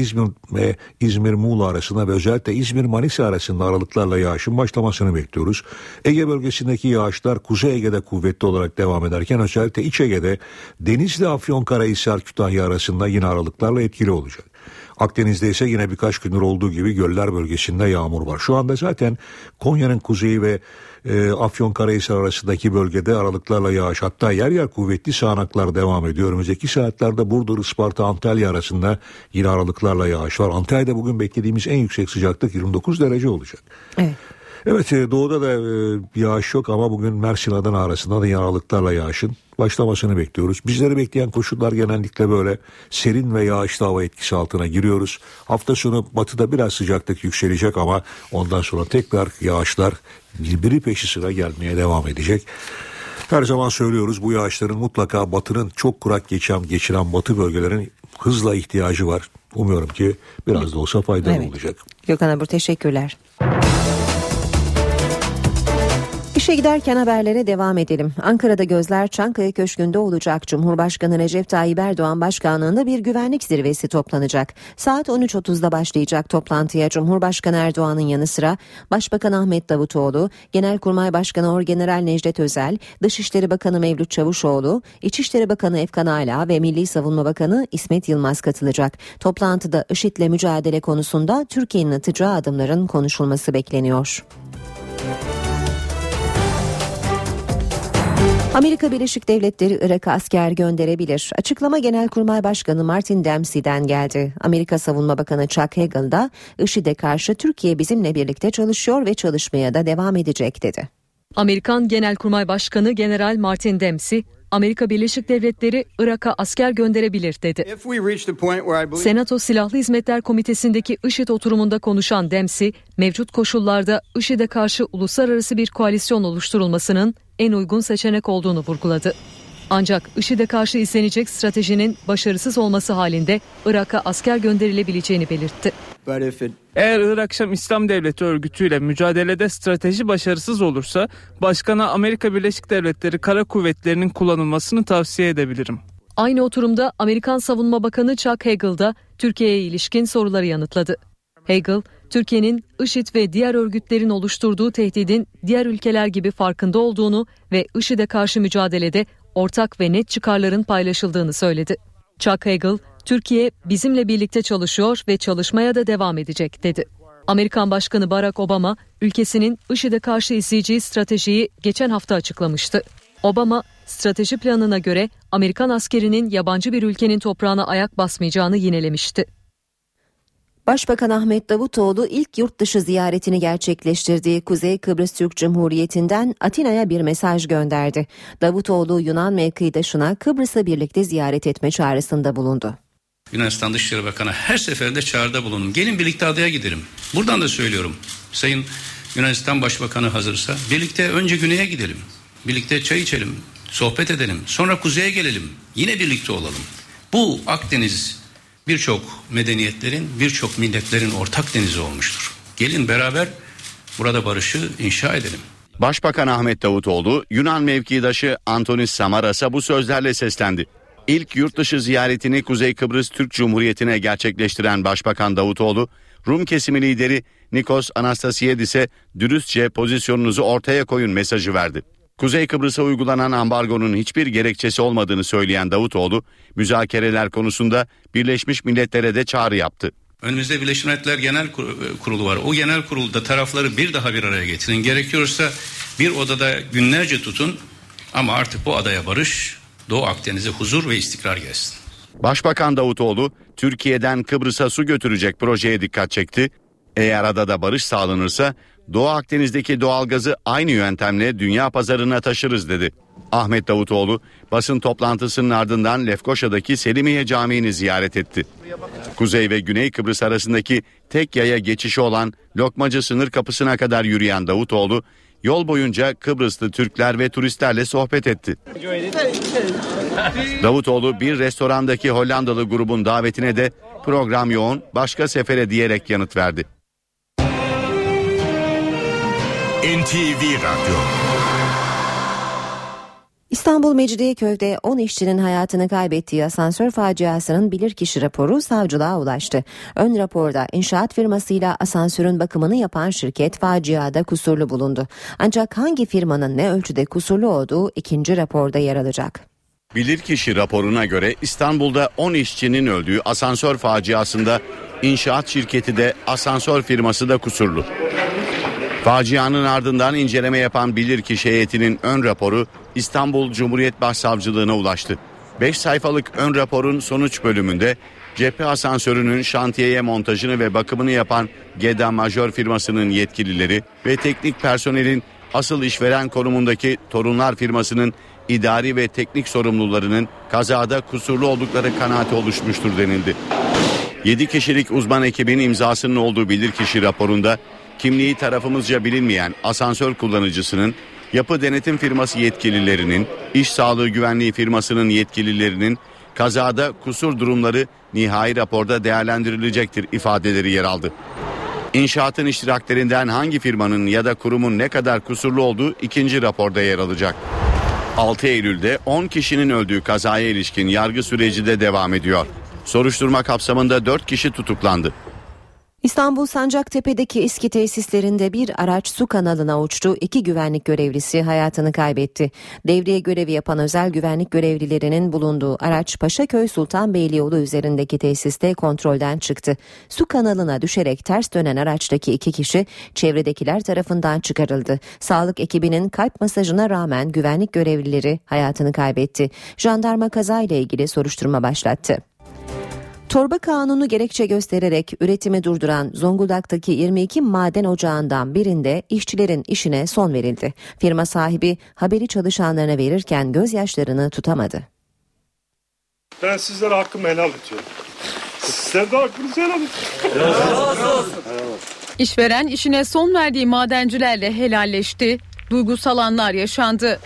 İzmir-Muğla arasında ve özellikle İzmir-Manisa arasında aralıklarla yağışın başlamasını bekliyoruz. Ege bölgesindeki yağışlar Kuzey Ege'de kuvvetli olarak devam ederken özellikle İç Ege'de Denizli, Afyonkarahisar, Kütahya arasında yine aralıklarla etkili olacak. Akdeniz'de ise yine birkaç gündür olduğu gibi göller bölgesinde yağmur var. Şu anda zaten Konya'nın kuzeyi ve Afyonkarahisar arasındaki bölgede aralıklarla yağış, hatta yer yer kuvvetli sağanaklar devam ediyor. Önümüzdeki saatlerde Burdur, Isparta, Antalya arasında yine aralıklarla yağış var. Antalya'da bugün beklediğimiz en yüksek sıcaklık 29 derece olacak. Evet, doğuda da yağış yok ama bugün Mersin, Adana arasında da aralıklarla yağışın başlamasını bekliyoruz. Bizleri bekleyen koşullar genellikle böyle serin ve yağışlı hava etkisi altına giriyoruz. Hafta sonu batıda biraz sıcaklık yükselecek ama ondan sonra tekrar yağışlar birbiri peşi sıra gelmeye devam edecek. Her zaman söylüyoruz, bu yağışların mutlaka batının çok kurak geçiren batı bölgelerin hızla ihtiyacı var. Umuyorum ki biraz da olsa faydalı olacak. Gökhan Abur, teşekkürler. İşe giderken haberlere devam edelim. Ankara'da gözler Çankaya Köşkü'nde olacak. Cumhurbaşkanı Recep Tayyip Erdoğan başkanlığında bir güvenlik zirvesi toplanacak. Saat 13.30'da başlayacak toplantıya Cumhurbaşkanı Erdoğan'ın yanı sıra Başbakan Ahmet Davutoğlu, Genelkurmay Başkanı Orgeneral Necdet Özel, Dışişleri Bakanı Mevlüt Çavuşoğlu, İçişleri Bakanı Efkan Ala ve Milli Savunma Bakanı İsmet Yılmaz katılacak. Toplantıda IŞİD'le mücadele konusunda Türkiye'nin atacağı adımların konuşulması bekleniyor. Amerika Birleşik Devletleri Irak'a asker gönderebilir. Açıklama Genelkurmay Başkanı Martin Dempsey'den geldi. Amerika Savunma Bakanı Chuck Hagel da IŞİD'e karşı Türkiye bizimle birlikte çalışıyor ve çalışmaya da devam edecek dedi. Amerikan Genelkurmay Başkanı General Martin Dempsey, Amerika Birleşik Devletleri Irak'a asker gönderebilir dedi. Senato Silahlı Hizmetler Komitesi'ndeki IŞİD oturumunda konuşan Dempsey, mevcut koşullarda IŞİD'e karşı uluslararası bir koalisyon oluşturulmasının en uygun seçenek olduğunu vurguladı. Ancak IŞİD'e karşı izlenecek stratejinin başarısız olması halinde Irak'a asker gönderilebileceğini belirtti. Eğer Irak Şam İslam Devleti örgütüyle mücadelede strateji başarısız olursa başkana Amerika Birleşik Devletleri Kara Kuvvetleri'nin kullanılmasını tavsiye edebilirim. Aynı oturumda Amerikan Savunma Bakanı Chuck Hagel da Türkiye'ye ilişkin soruları yanıtladı. Hagel, Türkiye'nin IŞİD ve diğer örgütlerin oluşturduğu tehdidin diğer ülkeler gibi farkında olduğunu ve IŞİD'e karşı mücadelede ortak ve net çıkarların paylaşıldığını söyledi. Chuck Hagel, Türkiye bizimle birlikte çalışıyor ve çalışmaya da devam edecek dedi. Amerikan Başkanı Barack Obama, ülkesinin IŞİD'e karşı izleyeceği stratejiyi geçen hafta açıklamıştı. Obama, strateji planına göre Amerikan askerinin yabancı bir ülkenin toprağına ayak basmayacağını yinelemişti. Başbakan Ahmet Davutoğlu ilk yurt dışı ziyaretini gerçekleştirdiği Kuzey Kıbrıs Türk Cumhuriyeti'nden Atina'ya bir mesaj gönderdi. Davutoğlu Yunan mevkidaşına Kıbrıs'ı birlikte ziyaret etme çağrısında bulundu. Yunanistan Dışişleri Bakanı her seferinde çağrıda bulunun. Gelin birlikte adaya gidelim. Buradan da söylüyorum. Sayın Yunanistan Başbakanı hazırsa birlikte önce güneye gidelim. Birlikte çay içelim, sohbet edelim. Sonra kuzeye gelelim. Yine birlikte olalım. Bu Akdeniz birçok medeniyetlerin, birçok milletlerin ortak denizi olmuştur. Gelin beraber burada barışı inşa edelim. Başbakan Ahmet Davutoğlu, Yunan mevkidaşı Antonis Samaras'a bu sözlerle seslendi. İlk yurt dışı ziyaretini Kuzey Kıbrıs Türk Cumhuriyeti'ne gerçekleştiren Başbakan Davutoğlu, Rum kesimi lideri Nikos Anastasiadis'e dürüstçe pozisyonunuzu ortaya koyun mesajı verdi. Kuzey Kıbrıs'a uygulanan ambargonun hiçbir gerekçesi olmadığını söyleyen Davutoğlu, müzakereler konusunda Birleşmiş Milletler'e de çağrı yaptı. Önümüzde Birleşmiş Milletler Genel Kurulu var. O genel kurulda tarafları bir araya getirin. Gerekiyorsa bir odada günlerce tutun ama artık bu adaya barış, Doğu Akdeniz'e huzur ve istikrar gelsin. Başbakan Davutoğlu, Türkiye'den Kıbrıs'a su götürecek projeye dikkat çekti. Eğer adada barış sağlanırsa Doğu Akdeniz'deki doğalgazı aynı yöntemle dünya pazarına taşırız dedi. Ahmet Davutoğlu basın toplantısının ardından Lefkoşa'daki Selimiye Camii'ni ziyaret etti. Kuzey ve Güney Kıbrıs arasındaki tek yaya geçişi olan Lokmacı sınır kapısına kadar yürüyen Davutoğlu, yol boyunca Kıbrıslı Türkler ve turistlerle sohbet etti. Davutoğlu bir restorandaki Hollandalı grubun davetine de program yoğun, başka sefere diyerek yanıt verdi. NTV Radyo. İstanbul Mecidiyeköy'de 10 işçinin hayatını kaybettiği asansör faciasının bilirkişi raporu savcılığa ulaştı. Ön raporda inşaat firmasıyla asansörün bakımını yapan şirket faciada kusurlu bulundu. Ancak hangi firmanın ne ölçüde kusurlu olduğu ikinci raporda yer alacak. Bilirkişi raporuna göre İstanbul'da 10 işçinin öldüğü asansör faciasında inşaat şirketi de asansör firması da kusurlu. Facianın ardından inceleme yapan bilirkişi heyetinin ön raporu İstanbul Cumhuriyet Başsavcılığına ulaştı. 5 sayfalık ön raporun sonuç bölümünde cephe asansörünün şantiyeye montajını ve bakımını yapan GEDA Majör firmasının yetkilileri ve teknik personelin asıl işveren konumundaki Torunlar firmasının idari ve teknik sorumlularının kazada kusurlu oldukları kanaati oluşmuştur denildi. 7 kişilik uzman ekibin imzasının olduğu bilirkişi raporunda kimliği tarafımızca bilinmeyen asansör kullanıcısının, yapı denetim firması yetkililerinin, iş sağlığı güvenliği firmasının yetkililerinin kazada kusur durumları nihai raporda değerlendirilecektir ifadeleri yer aldı. İnşaatın iştiraklerinden hangi firmanın ya da kurumun ne kadar kusurlu olduğu ikinci raporda yer alacak. 6 Eylül'de 10 kişinin öldüğü kazaya ilişkin yargı süreci de devam ediyor. Soruşturma kapsamında 4 kişi tutuklandı. İstanbul Sancaktepe'deki İSKİ tesislerinde bir araç su kanalına uçtu. 2 güvenlik görevlisi hayatını kaybetti. Devriye görevi yapan özel güvenlik görevlilerinin bulunduğu araç Paşaköy Sultanbeyli yolu üzerindeki tesiste kontrolden çıktı. Su kanalına düşerek ters dönen araçtaki 2 kişi çevredekiler tarafından çıkarıldı. Sağlık ekibinin kalp masajına rağmen güvenlik görevlileri hayatını kaybetti. Jandarma kazayla ilgili soruşturma başlattı. Torba kanunu gerekçe göstererek üretimi durduran Zonguldak'taki 22 maden ocağından birinde işçilerin işine son verildi. Firma sahibi haberi çalışanlarına verirken gözyaşlarını tutamadı. Ben sizlere hakkımı helal ediyorum. Sizler de hakkınızı helal edin. İşveren işine son verdiği madencilerle helalleşti. Duygusal anlar yaşandı.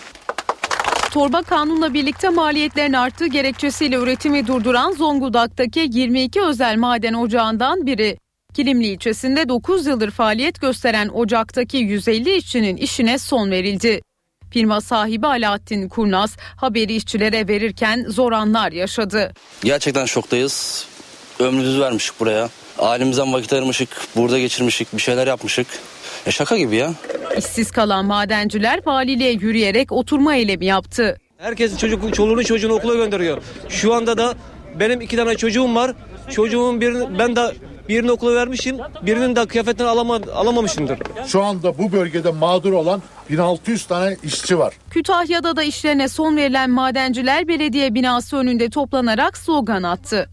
Torba kanunla birlikte maliyetlerin arttığı gerekçesiyle üretimi durduran Zonguldak'taki 22 özel maden ocağından biri. Kilimli ilçesinde 9 yıldır faaliyet gösteren ocaktaki 150 işçinin işine son verildi. Firma sahibi Alaaddin Kurnaz haberi işçilere verirken zor anlar yaşadı. Gerçekten şoktayız. Ömrümüzü vermişik buraya. Ailemizden vakit ayırmışık, burada geçirmişik, bir şeyler yapmışık. Şaka gibi ya. İşsiz kalan madenciler valiliğe yürüyerek oturma eylemi yaptı. Herkes çoluğunu çocuğunu okula gönderiyor. Şu anda da benim 2 tane çocuğum var. Çocuğumun birini okula vermişim. Birinin de kıyafetini alamamışımdır. Şu anda bu bölgede mağdur olan 1600 tane işçi var. Kütahya'da da işlerine son verilen madenciler belediye binası önünde toplanarak slogan attı.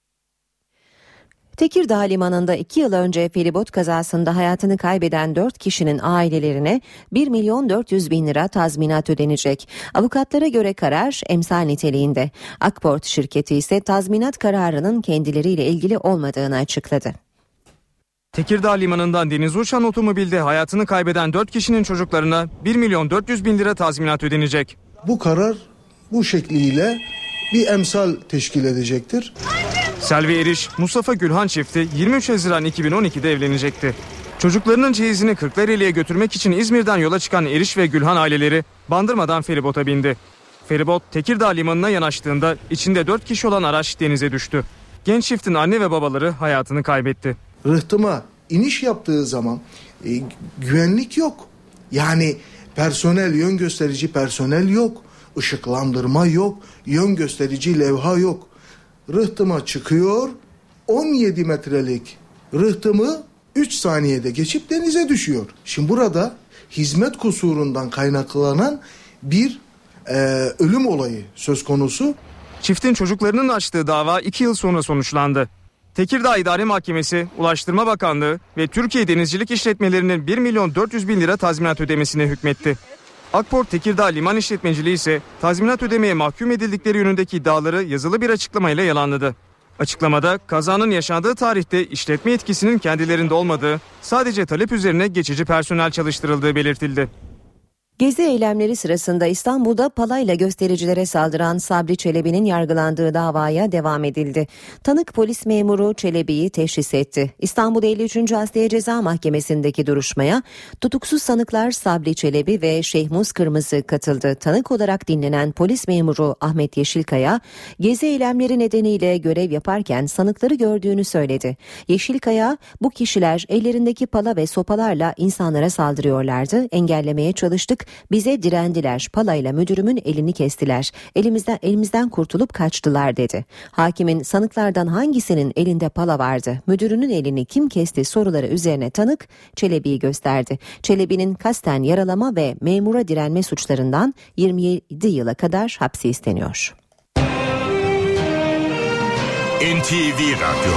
Tekirdağ Limanı'nda 2 yıl önce feribot kazasında hayatını kaybeden 4 kişinin ailelerine 1.400.000 lira tazminat ödenecek. Avukatlara göre karar emsal niteliğinde. Akport şirketi ise tazminat kararının kendileriyle ilgili olmadığını açıkladı. Tekirdağ Limanı'ndan denize uçan otomobilde hayatını kaybeden 4 kişinin çocuklarına 1.400.000 lira tazminat ödenecek. Bu karar bu şekliyle bir emsal teşkil edecektir. Selvi Eriş, Mustafa Gülhan çifti 23 Haziran 2012'de evlenecekti. Çocuklarının çeyizini Kırklareli'ye götürmek için İzmir'den yola çıkan Eriş ve Gülhan aileleri Bandırma'dan feribota bindi. Feribot Tekirdağ Limanı'na yanaştığında içinde 4 kişi olan araç denize düştü. Genç çiftin anne ve babaları hayatını kaybetti. Rıhtıma iniş yaptığı zaman güvenlik yok. Yani personel, yön gösterici personel yok. Işıklandırma yok. Yön gösterici levha yok. Rıhtıma çıkıyor, 17 metrelik rıhtımı 3 saniyede geçip denize düşüyor. Şimdi burada hizmet kusurundan kaynaklanan bir ölüm olayı söz konusu. Çiftin çocuklarının açtığı dava 2 yıl sonra sonuçlandı. Tekirdağ İdare Mahkemesi, Ulaştırma Bakanlığı ve Türkiye Denizcilik İşletmelerinin 1.400.000 lira tazminat ödemesine hükmetti. Akport Tekirdağ Liman İşletmeciliği ise tazminat ödemeye mahkum edildikleri yönündeki iddiaları yazılı bir açıklamayla yalanladı. Açıklamada kazanın yaşandığı tarihte işletme yetkisinin kendilerinde olmadığı, sadece talep üzerine geçici personel çalıştırıldığı belirtildi. Gezi eylemleri sırasında İstanbul'da palayla göstericilere saldıran Sabri Çelebi'nin yargılandığı davaya devam edildi. Tanık polis memuru Çelebi'yi teşhis etti. İstanbul 53. Asliye Ceza Mahkemesi'ndeki duruşmaya tutuksuz sanıklar Sabri Çelebi ve Şehmuz Kırmızı katıldı. Tanık olarak dinlenen polis memuru Ahmet Yeşilkaya, gezi eylemleri nedeniyle görev yaparken sanıkları gördüğünü söyledi. Yeşilkaya, bu kişiler ellerindeki pala ve sopalarla insanlara saldırıyorlardı. Engellemeye çalıştık. Bize direndiler. Palayla müdürümün elini kestiler. Elimizden kurtulup kaçtılar dedi. Hakimin sanıklardan hangisinin elinde pala vardı? Müdürünün elini kim kesti soruları üzerine tanık Çelebi'yi gösterdi. Çelebi'nin kasten yaralama ve memura direnme suçlarından 27 yıla kadar hapsi isteniyor. NTV Radyo.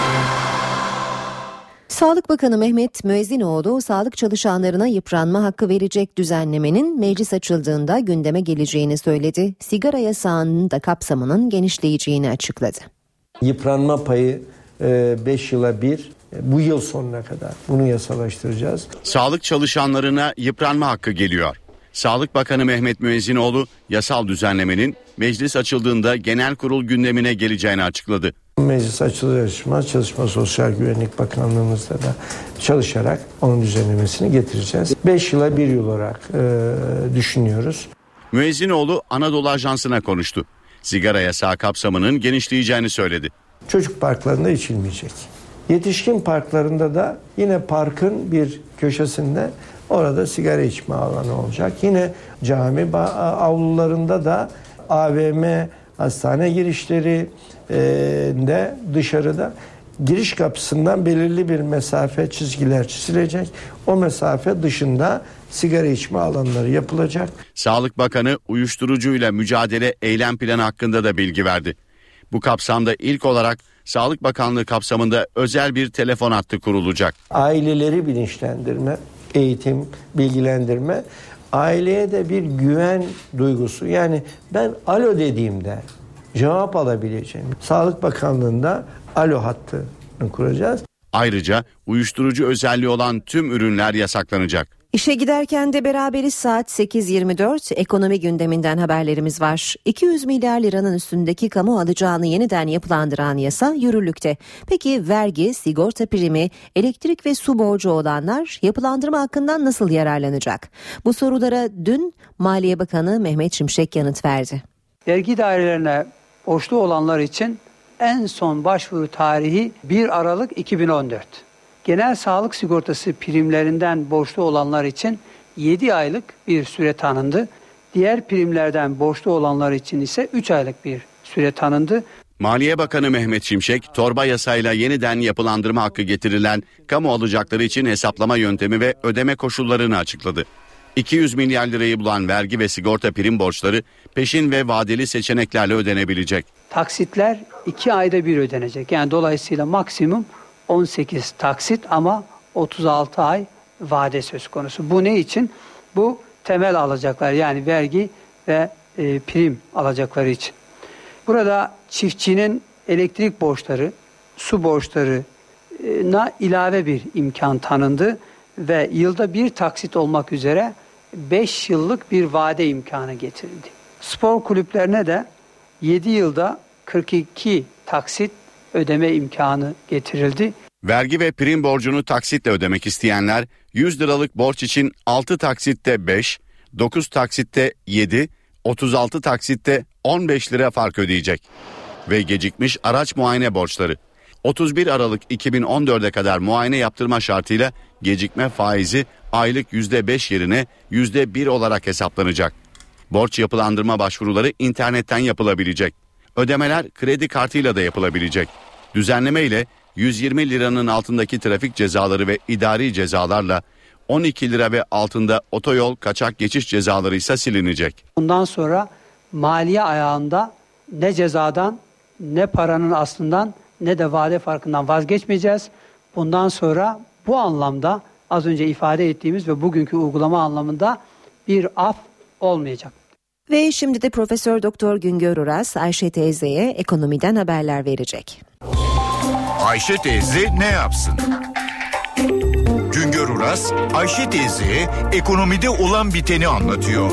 Sağlık Bakanı Mehmet Müezzinoğlu, sağlık çalışanlarına yıpranma hakkı verecek düzenlemenin meclis açıldığında gündeme geleceğini söyledi. Sigara yasağının da kapsamının genişleyeceğini açıkladı. Yıpranma payı 5 yıla bir, bu yıl sonuna kadar bunu yasalaştıracağız. Sağlık çalışanlarına yıpranma hakkı geliyor. Sağlık Bakanı Mehmet Müezzinoğlu yasal düzenlemenin meclis açıldığında genel kurul gündemine geleceğini açıkladı. Meclis açılır Çalışma Sosyal Güvenlik Bakanlığımızda da çalışarak onun düzenlemesini getireceğiz. 5 yıla 1 yıl olarak düşünüyoruz. Müezzinoğlu Anadolu Ajansı'na konuştu. Sigara yasağı kapsamının genişleyeceğini söyledi. Çocuk parklarında içilmeyecek. Yetişkin parklarında da yine parkın bir köşesinde orada sigara içme alanı olacak. Yine cami avlularında da AVM, hastane girişleri de dışarıda giriş kapısından belirli bir mesafe çizgiler çizilecek. O mesafe dışında sigara içme alanları yapılacak. Sağlık Bakanı uyuşturucuyla mücadele eylem planı hakkında da bilgi verdi. Bu kapsamda ilk olarak Sağlık Bakanlığı kapsamında özel bir telefon hattı kurulacak. Aileleri bilinçlendirme, eğitim, bilgilendirme, aileye de bir güven duygusu. Yani ben alo dediğimde cevap alabileceğim. Sağlık Bakanlığı'nda alo hattını kuracağız. Ayrıca uyuşturucu özelliği olan tüm ürünler yasaklanacak. İşe giderken de beraberiz, saat 8.24. Ekonomi gündeminden haberlerimiz var. 200 milyar liranın üstündeki kamu alacağını yeniden yapılandıran yasa yürürlükte. Peki vergi, sigorta primi, elektrik ve su borcu olanlar yapılandırma hakkından nasıl yararlanacak? Bu sorulara dün Maliye Bakanı Mehmet Şimşek yanıt verdi. Vergi dairelerine borçlu olanlar için en son başvuru tarihi 1 Aralık 2014. Genel sağlık sigortası primlerinden borçlu olanlar için 7 aylık bir süre tanındı. Diğer primlerden borçlu olanlar için ise 3 aylık bir süre tanındı. Maliye Bakanı Mehmet Şimşek, torba yasayla yeniden yapılandırma hakkı getirilen kamu alacakları için hesaplama yöntemi ve ödeme koşullarını açıkladı. 200 milyar lirayı bulan vergi ve sigorta prim borçları peşin ve vadeli seçeneklerle ödenebilecek. Taksitler 2 ayda bir ödenecek. Yani dolayısıyla maksimum 18 taksit ama 36 ay vade söz konusu. Bu ne için? Bu temel alacaklar, yani vergi ve prim alacakları için. Burada çiftçinin elektrik borçları, su borçlarına ilave bir imkan tanındı ve yılda bir taksit olmak üzere 5 yıllık bir vade imkanı getirildi. Spor kulüplerine de 7 yılda 42 taksit ödeme imkanı getirildi. Vergi ve prim borcunu taksitle ödemek isteyenler 100 liralık borç için 6 taksitte 5, 9 taksitte 7, 36 taksitte 15 lira fark ödeyecek. Ve gecikmiş araç muayene borçları. 31 Aralık 2014'e kadar muayene yaptırma şartıyla gecikme faizi aylık %5 yerine %1 olarak hesaplanacak. Borç yapılandırma başvuruları internetten yapılabilecek. Ödemeler kredi kartıyla da yapılabilecek. Düzenleme ile 120 liranın altındaki trafik cezaları ve idari cezalarla 12 lira ve altında otoyol kaçak geçiş cezaları ise silinecek. Bundan sonra maliye ayağında ne cezadan, ne paranın aslından, ne de vade farkından vazgeçmeyeceğiz. Bundan sonra bu anlamda az önce ifade ettiğimiz ve bugünkü uygulama anlamında bir af olmayacak. Ve şimdi de Profesör Doktor Güngör Uras Ayşe teyzeye ekonomiden haberler verecek. Ayşe teyze ne yapsın? Güngör Uras, Ayşe teyzeye ekonomide olan biteni anlatıyor.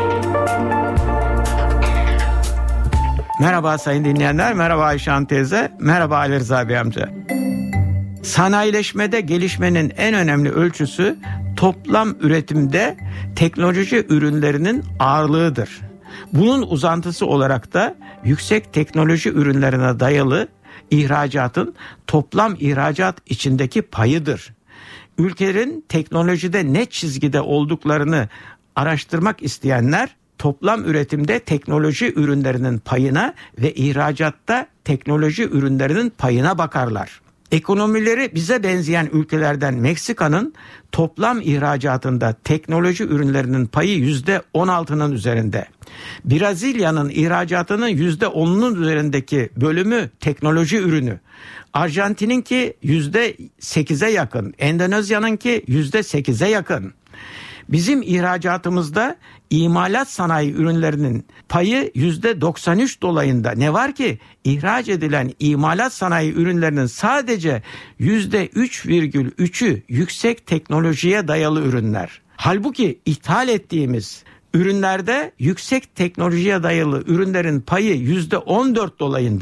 Merhaba sayın dinleyenler, merhaba Ayşe Hanım teyze, merhaba Ali Rıza Bey amca. Sanayileşmede gelişmenin en önemli ölçüsü toplam üretimde teknoloji ürünlerinin ağırlığıdır. Bunun uzantısı olarak da yüksek teknoloji ürünlerine dayalı ihracatın toplam ihracat içindeki payıdır. Ülkelerin teknolojide ne çizgide olduklarını araştırmak isteyenler toplam üretimde teknoloji ürünlerinin payına ve ihracatta teknoloji ürünlerinin payına bakarlar. Ekonomileri bize benzeyen ülkelerden Meksika'nın toplam ihracatında teknoloji ürünlerinin payı %16'nın üzerinde. Brezilya'nın ihracatının %10'unun üzerindeki bölümü teknoloji ürünü. Arjantin'inki %8'e yakın, Endonezya'nınki %8'e yakın. Bizim ihracatımızda imalat sanayi ürünlerinin payı %93 dolayında. Ne var ki ihraç edilen imalat sanayi ürünlerinin sadece %3,3'ü yüksek teknolojiye dayalı ürünler. Halbuki ithal ettiğimiz ürünlerde yüksek teknolojiye dayalı ürünlerin payı %14 dolayında.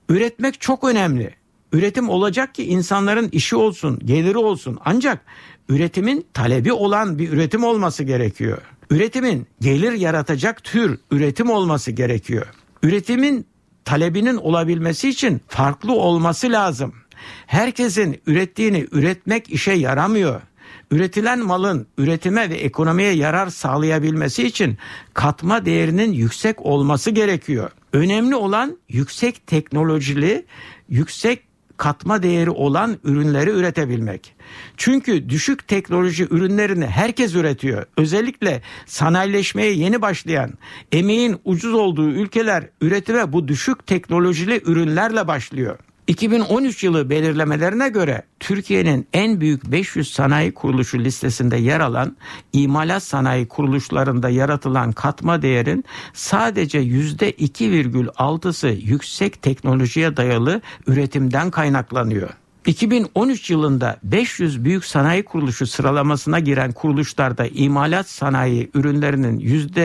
Üretmek çok önemli. Üretim olacak ki insanların işi olsun, geliri olsun. Ancak üretimin talebi olan bir üretim olması gerekiyor. Üretimin gelir yaratacak tür üretim olması gerekiyor. Üretimin talebinin olabilmesi için farklı olması lazım. Herkesin ürettiğini üretmek işe yaramıyor. Üretilen malın üretime ve ekonomiye yarar sağlayabilmesi için katma değerinin yüksek olması gerekiyor. Önemli olan yüksek teknolojili, yüksek katma değeri olan ürünleri üretebilmek. Çünkü düşük teknoloji ürünlerini herkes üretiyor. Özellikle sanayileşmeye yeni başlayan, emeğin ucuz olduğu ülkeler üretime bu düşük teknolojili ürünlerle başlıyor. 2013 yılı belirlemelerine göre Türkiye'nin en büyük 500 sanayi kuruluşu listesinde yer alan imalat sanayi kuruluşlarında yaratılan katma değerin sadece %2,6'sı yüksek teknolojiye dayalı üretimden kaynaklanıyor. 2013 yılında 500 büyük sanayi kuruluşu sıralamasına giren kuruluşlarda imalat sanayi ürünlerinin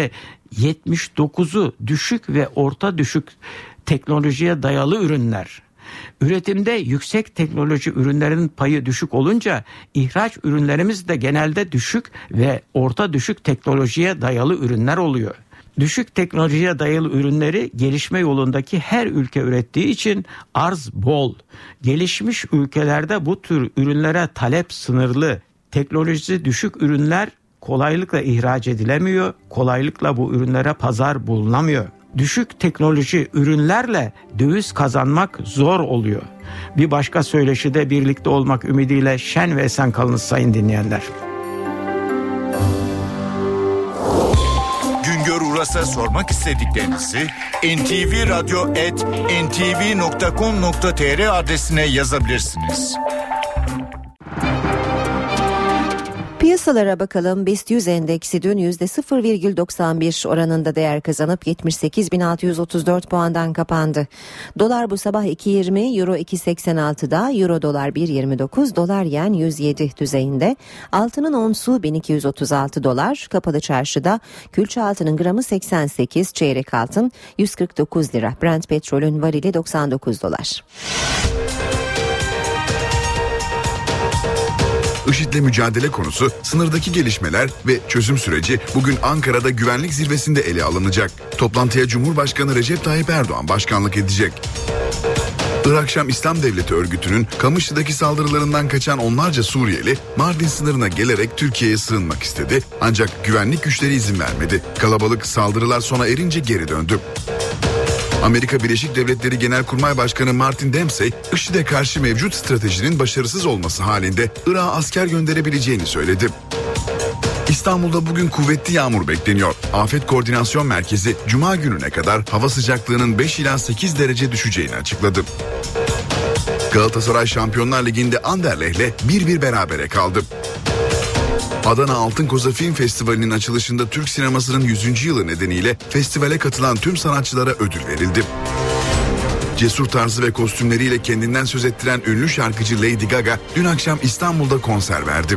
%79'u düşük ve orta düşük teknolojiye dayalı ürünler. Üretimde yüksek teknoloji ürünlerinin payı düşük olunca ihraç ürünlerimiz de genelde düşük ve orta düşük teknolojiye dayalı ürünler oluyor. Düşük teknolojiye dayalı ürünleri gelişme yolundaki her ülke ürettiği için arz bol. Gelişmiş ülkelerde bu tür ürünlere talep sınırlı. Teknolojisi düşük ürünler kolaylıkla ihraç edilemiyor. Kolaylıkla bu ürünlere pazar bulunamıyor. Düşük teknoloji ürünlerle döviz kazanmak zor oluyor. Bir başka söyleşide birlikte olmak ümidiyle şen ve esen kalınız sayın dinleyenler. Güngör Uras'a sormak istediklerinizi ntvradyo@ntv.com.tr adresine yazabilirsiniz. Piyasalara bakalım. BIST 100 endeksi dün %0,91 oranında değer kazanıp 78.634 puandan kapandı. Dolar bu sabah 2.20, Euro 2.86'da, Euro dolar 1.29, dolar yen 107 düzeyinde. Altının onsu 1236 dolar, kapalı çarşıda külçe altının gramı 88, çeyrek altın 149 lira. Brent petrolün varili 99 dolar. IŞİD'le mücadele konusu, sınırdaki gelişmeler ve çözüm süreci bugün Ankara'da güvenlik zirvesinde ele alınacak. Toplantıya Cumhurbaşkanı Recep Tayyip Erdoğan başkanlık edecek. Irak Şam İslam Devleti örgütünün Kamışlı'daki saldırılarından kaçan onlarca Suriyeli Mardin sınırına gelerek Türkiye'ye sığınmak istedi. Ancak güvenlik güçleri izin vermedi. Kalabalık saldırılar sona erince geri döndü. Amerika Birleşik Devletleri Genelkurmay Başkanı Martin Dempsey, IŞİD'e karşı mevcut stratejinin başarısız olması halinde Irak'a asker gönderebileceğini söyledi. İstanbul'da bugün kuvvetli yağmur bekleniyor. Afet Koordinasyon Merkezi Cuma gününe kadar hava sıcaklığının 5 ila 8 derece düşeceğini açıkladı. Galatasaray Şampiyonlar Ligi'nde Anderlecht'le 1-1 berabere kaldı. Adana Altın Koza Film Festivali'nin açılışında Türk sinemasının 100. yılı nedeniyle festivale katılan tüm sanatçılara ödül verildi. Cesur tarzı ve kostümleriyle kendinden söz ettiren ünlü şarkıcı Lady Gaga dün akşam İstanbul'da konser verdi.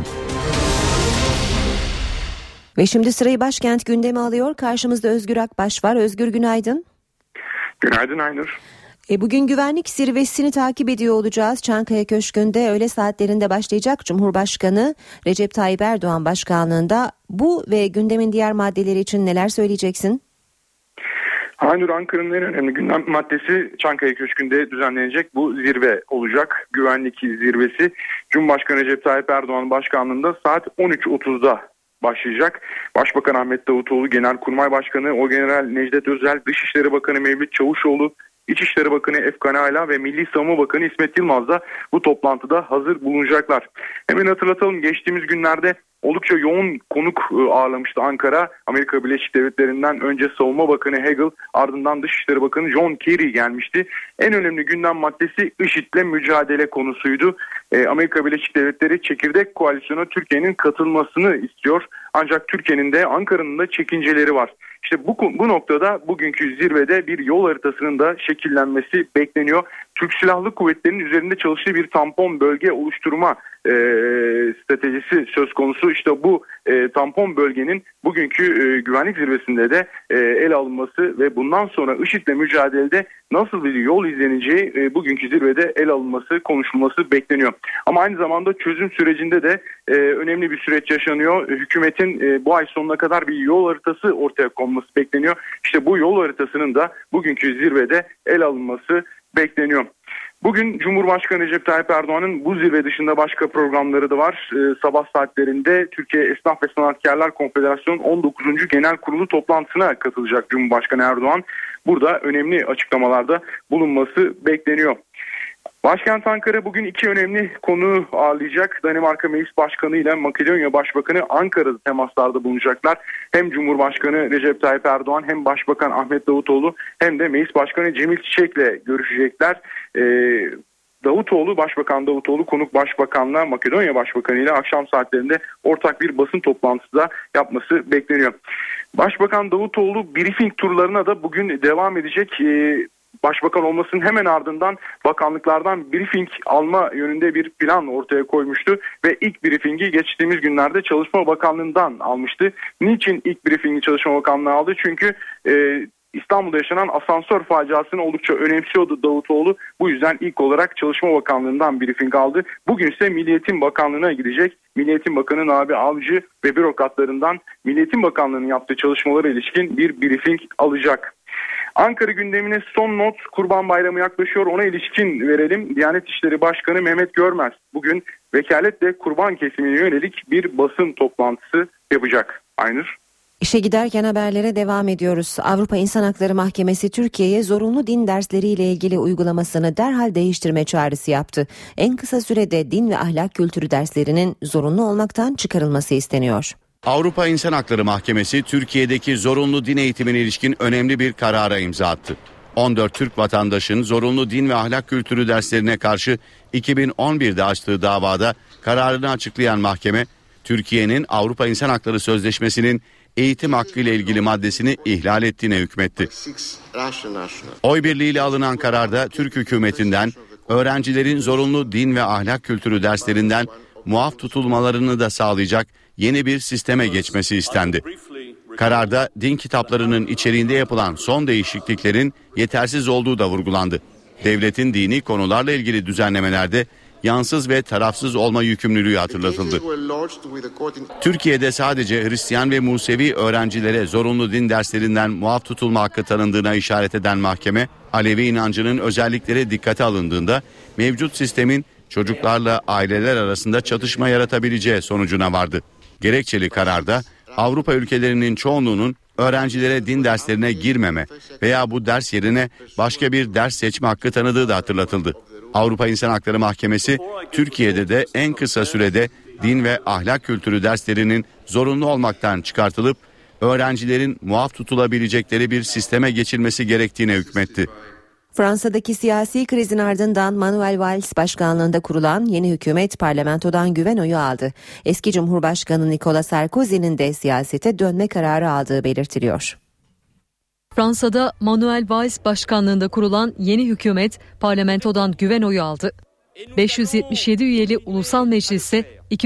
Ve şimdi sırayı başkent gündemi alıyor. Karşımızda Özgür Akbaş var. Özgür, günaydın. Günaydın Aynur. Bugün güvenlik zirvesini takip ediyor olacağız. Çankaya Köşkü'nde öğle saatlerinde başlayacak. Cumhurbaşkanı Recep Tayyip Erdoğan başkanlığında. Bu ve gündemin diğer maddeleri için neler söyleyeceksin? Aynur, Ankara'nın en önemli gündem maddesi Çankaya Köşkü'nde düzenlenecek bu zirve olacak. Güvenlik zirvesi Cumhurbaşkanı Recep Tayyip Erdoğan başkanlığında saat 13.30'da başlayacak. Başbakan Ahmet Davutoğlu, Genelkurmay Başkanı Orgeneral Necdet Özel, Dışişleri Bakanı Mevlüt Çavuşoğlu, İçişleri Bakanı Efkan Ala ve Milli Savunma Bakanı İsmet Yılmaz da bu toplantıda hazır bulunacaklar. Hemen hatırlatalım, geçtiğimiz günlerde oldukça yoğun konuk ağırlamıştı Ankara. Amerika Birleşik Devletleri'nden önce Savunma Bakanı Hagel, ardından Dışişleri Bakanı John Kerry gelmişti. En önemli gündem maddesi IŞİD'le mücadele konusuydu. Amerika Birleşik Devletleri çekirdek koalisyona Türkiye'nin katılmasını istiyor. Ancak Türkiye'nin de Ankara'nın da çekinceleri var. İşte bu noktada bugünkü zirvede bir yol haritasının da şekillenmesi bekleniyor. Türk Silahlı Kuvvetleri'nin üzerinde çalıştığı bir tampon bölge oluşturma stratejisi söz konusu. İşte bu tampon bölgenin bugünkü güvenlik zirvesinde de ele alınması ve bundan sonra IŞİD'le mücadelede nasıl bir yol izleneceği bugünkü zirvede ele alınması, konuşulması bekleniyor. Ama aynı zamanda çözüm sürecinde de önemli bir süreç yaşanıyor. Hükümetin bu ay sonuna kadar bir yol haritası ortaya konması bekleniyor. İşte bu yol haritasının da bugünkü zirvede ele alınması bekleniyor. Bugün Cumhurbaşkanı Recep Tayyip Erdoğan'ın bu zirve dışında başka programları da var. Sabah saatlerinde Türkiye Esnaf ve Sanatkarlar Konfederasyonu 19. Genel Kurulu toplantısına katılacak Cumhurbaşkanı Erdoğan. Burada önemli açıklamalarda bulunması bekleniyor. Başkent Ankara bugün iki önemli konu ağırlayacak. Danimarka Meclis Başkanı ile Makedonya Başbakanı Ankara'da temaslarda bulunacaklar. Hem Cumhurbaşkanı Recep Tayyip Erdoğan hem Başbakan Ahmet Davutoğlu hem de Meclis Başkanı Cemil Çiçek'le görüşecekler. Başbakan Davutoğlu konuk başbakanla Makedonya Başbakanı ile akşam saatlerinde ortak bir basın toplantısı da yapması bekleniyor. Başbakan Davutoğlu briefing turlarına da bugün devam edecek. Başbakan olmasının hemen ardından bakanlıklardan briefing alma yönünde bir plan ortaya koymuştu ve ilk briefingi geçtiğimiz günlerde Çalışma Bakanlığı'ndan almıştı. Niçin ilk briefingi Çalışma Bakanlığı aldı? Çünkü İstanbul'da yaşanan asansör faciasını oldukça önemsiyordu Davutoğlu. Bu yüzden ilk olarak Çalışma Bakanlığı'ndan briefing aldı. Bugün ise Milli Eğitim Bakanlığı'na gidecek. Milli Eğitim Bakanı Nabi Avcı ve bürokratlarından Milli Eğitim Bakanlığı'nın yaptığı çalışmalara ilişkin bir briefing alacak. Ankara gündemine son not, Kurban Bayramı yaklaşıyor, ona ilişkin verelim. Diyanet İşleri Başkanı Mehmet Görmez bugün vekaletle kurban kesimine yönelik bir basın toplantısı yapacak. Aynur. İşe giderken haberlere devam ediyoruz. Avrupa İnsan Hakları Mahkemesi Türkiye'ye zorunlu din dersleriyle ilgili uygulamasını derhal değiştirme çağrısı yaptı. En kısa sürede din ve ahlak kültürü derslerinin zorunlu olmaktan çıkarılması isteniyor. Avrupa İnsan Hakları Mahkemesi Türkiye'deki zorunlu din eğitimine ilişkin önemli bir karara imza attı. 14 Türk vatandaşın zorunlu din ve ahlak kültürü derslerine karşı 2011'de açtığı davada kararını açıklayan mahkeme, Türkiye'nin Avrupa İnsan Hakları Sözleşmesi'nin eğitim hakkı ile ilgili maddesini ihlal ettiğine hükmetti. Oy birliğiyle alınan kararda Türk hükümetinden öğrencilerin zorunlu din ve ahlak kültürü derslerinden muaf tutulmalarını da sağlayacak yeni bir sisteme geçmesi istendi. Kararda din kitaplarının içeriğinde yapılan son değişikliklerin yetersiz olduğu da vurgulandı. Devletin dini konularla ilgili düzenlemelerde yansız ve tarafsız olma yükümlülüğü hatırlatıldı. Türkiye'de sadece Hristiyan ve Musevi öğrencilere zorunlu din derslerinden muaf tutulma hakkı tanındığına işaret eden mahkeme, Alevi inancının özellikleri dikkate alındığında mevcut sistemin çocuklarla aileler arasında çatışma yaratabileceği sonucuna vardı. Gerekçeli kararda Avrupa ülkelerinin çoğunluğunun öğrencilere din derslerine girmeme veya bu ders yerine başka bir ders seçme hakkı tanıdığı da hatırlatıldı. Avrupa İnsan Hakları Mahkemesi Türkiye'de de en kısa sürede din ve ahlak kültürü derslerinin zorunlu olmaktan çıkartılıp öğrencilerin muaf tutulabilecekleri bir sisteme geçilmesi gerektiğine hükmetti. Fransa'daki siyasi krizin ardından Manuel Valls başkanlığında kurulan yeni hükümet parlamentodan güven oyu aldı. Eski Cumhurbaşkanı Nicolas Sarkozy'nin de siyasete dönme kararı aldığı belirtiliyor. Fransa'da Manuel Valls başkanlığında kurulan yeni hükümet parlamentodan güven oyu aldı. 577 üyeli Ulusal Meclis'te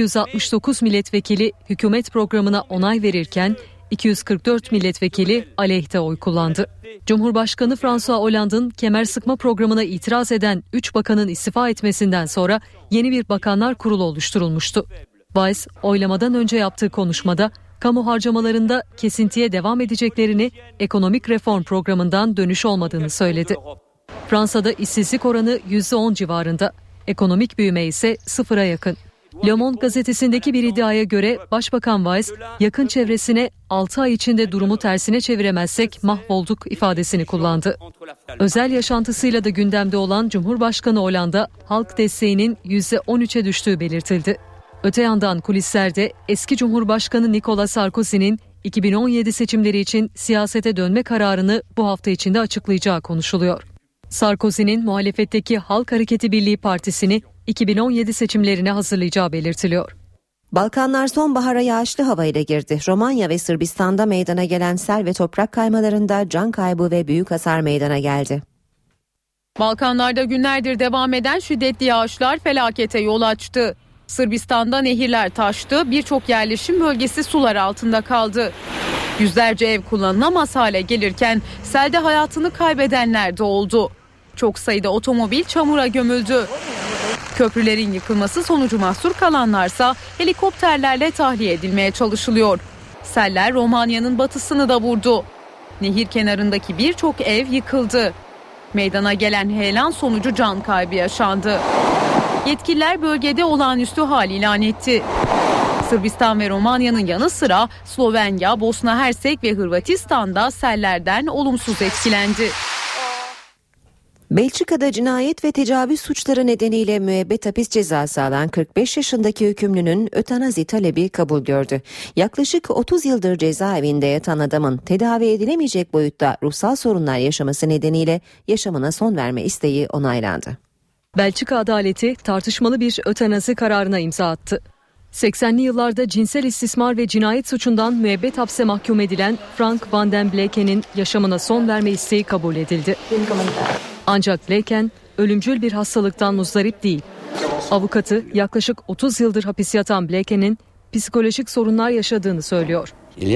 269 milletvekili hükümet programına onay verirken 244 milletvekili aleyhte oy kullandı. Cumhurbaşkanı François Hollande'ın kemer sıkma programına itiraz eden 3 bakanın istifa etmesinden sonra yeni bir bakanlar kurulu oluşturulmuştu. Valls oylamadan önce yaptığı konuşmada kamu harcamalarında kesintiye devam edeceklerini, ekonomik reform programından dönüş olmadığını söyledi. Fransa'da işsizlik oranı %10 civarında, ekonomik büyüme ise sıfıra yakın. Le Monde gazetesindeki bir iddiaya göre Başbakan Valls yakın çevresine 6 ay içinde durumu tersine çeviremezsek mahvolduk ifadesini kullandı. Özel yaşantısıyla da gündemde olan Cumhurbaşkanı Hollande halk desteğinin %13'e düştüğü belirtildi. Öte yandan kulislerde eski Cumhurbaşkanı Nicolas Sarkozy'nin 2017 seçimleri için siyasete dönme kararını bu hafta içinde açıklayacağı konuşuluyor. Sarkozy'nin muhalefetteki Halk Hareketi Birliği Partisi'ni 2017 seçimlerine hazırlayacağı belirtiliyor. Balkanlar sonbahara yağışlı havayla girdi. Romanya ve Sırbistan'da meydana gelen sel ve toprak kaymalarında can kaybı ve büyük hasar meydana geldi. Balkanlarda günlerdir devam eden şiddetli yağışlar felakete yol açtı. Sırbistan'da nehirler taştı, birçok yerleşim bölgesi sular altında kaldı. Yüzlerce ev kullanılamaz hale gelirken selde hayatını kaybedenler de oldu. Çok sayıda otomobil çamura gömüldü. Köprülerin yıkılması sonucu mahsur kalanlarsa helikopterlerle tahliye edilmeye çalışılıyor. Seller Romanya'nın batısını da vurdu. Nehir kenarındaki birçok ev yıkıldı. Meydana gelen heyelan sonucu can kaybı yaşandı. Yetkililer bölgede olağanüstü hal ilan etti. Sırbistan ve Romanya'nın yanı sıra Slovenya, Bosna Hersek ve Hırvatistan'da sellerden olumsuz etkilendi. Belçika'da cinayet ve tecavüz suçları nedeniyle müebbet hapis cezası alan 45 yaşındaki hükümlünün ötenazi talebi kabul gördü. Yaklaşık 30 yıldır cezaevinde yatan adamın tedavi edilemeyecek boyutta ruhsal sorunlar yaşaması nedeniyle yaşamına son verme isteği onaylandı. Belçika adaleti tartışmalı bir ötenazi kararına imza attı. 80'li yıllarda cinsel istismar ve cinayet suçundan müebbet hapse mahkum edilen Frank van den Bleeken'in yaşamına son verme isteği kabul edildi. Ancak Bleeken ölümcül bir hastalıktan muzdarip değil. Avukatı yaklaşık 30 yıldır hapis yatan Bleeken'in psikolojik sorunlar yaşadığını söylüyor.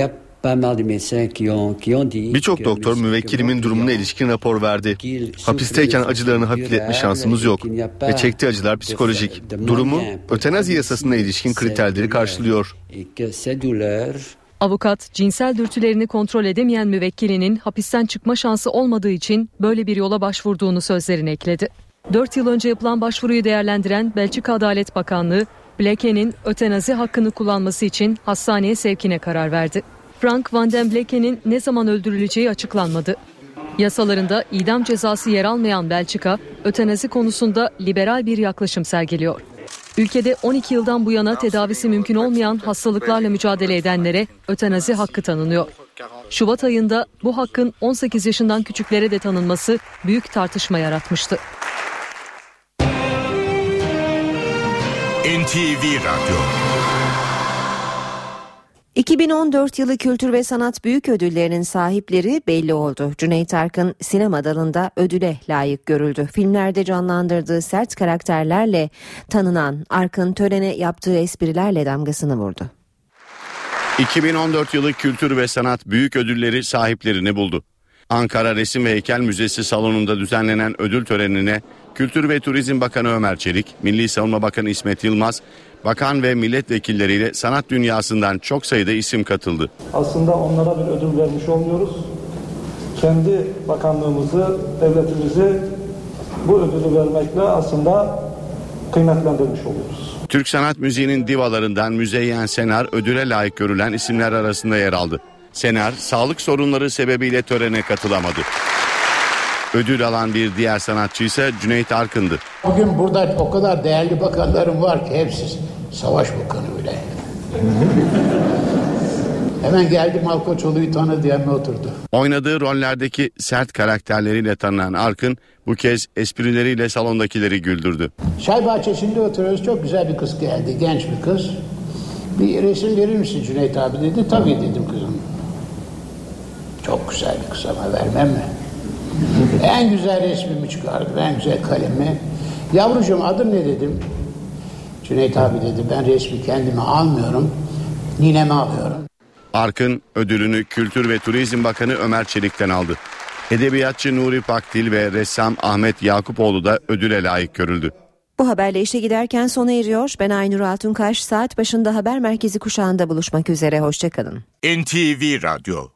Birçok doktor müvekkilimin durumuna ilişkin rapor verdi. Hapisteyken acılarını hafifletme şansımız yok ve çektiği acılar psikolojik. Durumu ötenazi yasasına ilişkin kriterleri karşılıyor. Avukat, cinsel dürtülerini kontrol edemeyen müvekkilinin hapisten çıkma şansı olmadığı için böyle bir yola başvurduğunu sözlerine ekledi. 4 yıl önce yapılan başvuruyu değerlendiren Belçika Adalet Bakanlığı, Bleeken'in ötenazi hakkını kullanması için hastaneye sevkine karar verdi. Frank van den Bleeken'in ne zaman öldürüleceği açıklanmadı. Yasalarında idam cezası yer almayan Belçika, ötenazi konusunda liberal bir yaklaşım sergiliyor. Ülkede 12 yıldan bu yana tedavisi mümkün olmayan hastalıklarla mücadele edenlere ötenazi hakkı tanınıyor. Şubat ayında bu hakkın 18 yaşından küçüklere de tanınması büyük tartışma yaratmıştı. NTV Radyo 2014 yılı Kültür ve Sanat Büyük Ödülleri'nin sahipleri belli oldu. Cüneyt Arkın sinema dalında ödüle layık görüldü. Filmlerde canlandırdığı sert karakterlerle tanınan Arkın törene yaptığı esprilerle damgasını vurdu. 2014 yılı Kültür ve Sanat Büyük Ödülleri sahiplerini buldu. Ankara Resim ve Heykel Müzesi salonunda düzenlenen ödül törenine Kültür ve Turizm Bakanı Ömer Çelik, Milli Savunma Bakanı İsmet Yılmaz, bakan ve milletvekilleriyle sanat dünyasından çok sayıda isim katıldı. Aslında onlara bir ödül vermiş olmuyoruz. Kendi bakanlığımızı, devletimizi bu ödülü vermekle aslında kıymetlendirmiş oluyoruz. Türk sanat müziğinin divalarından Müzeyyen Senar ödüle layık görülen isimler arasında yer aldı. Senar, sağlık sorunları sebebiyle törene katılamadı. Ödül alan bir diğer sanatçı ise Cüneyt Arkın'dı. Bugün burada o kadar değerli bakanlarım var ki hepsi savaş bakanı bile. Hemen geldi Malkoçoğlu'yu tanıdı, yanına oturdu. Oynadığı rollerdeki sert karakterleriyle tanınan Arkın bu kez esprileriyle salondakileri güldürdü. Çay bahçesinde oturuyoruz, çok güzel bir kız geldi, genç bir kız. Bir resim verir misin Cüneyt abi dedi. Tabii dedim kızım. Çok güzel bir kız ama vermem mi? En güzel resmimi çıkardı, en güzel kalemi. Yavrucuğum adın ne dedim. Cüneyt abi dedi, ben resmi kendime almıyorum, nineme alıyorum. Arkın ödülünü Kültür ve Turizm Bakanı Ömer Çelik'ten aldı. Edebiyatçı Nuri Pakdil ve ressam Ahmet Yakupoğlu da ödüle layık görüldü. Bu haberle işe giderken sona eriyor. Ben Aynur Altunkaş, saat başında haber merkezi kuşağında buluşmak üzere. Hoşçakalın. NTV Radyo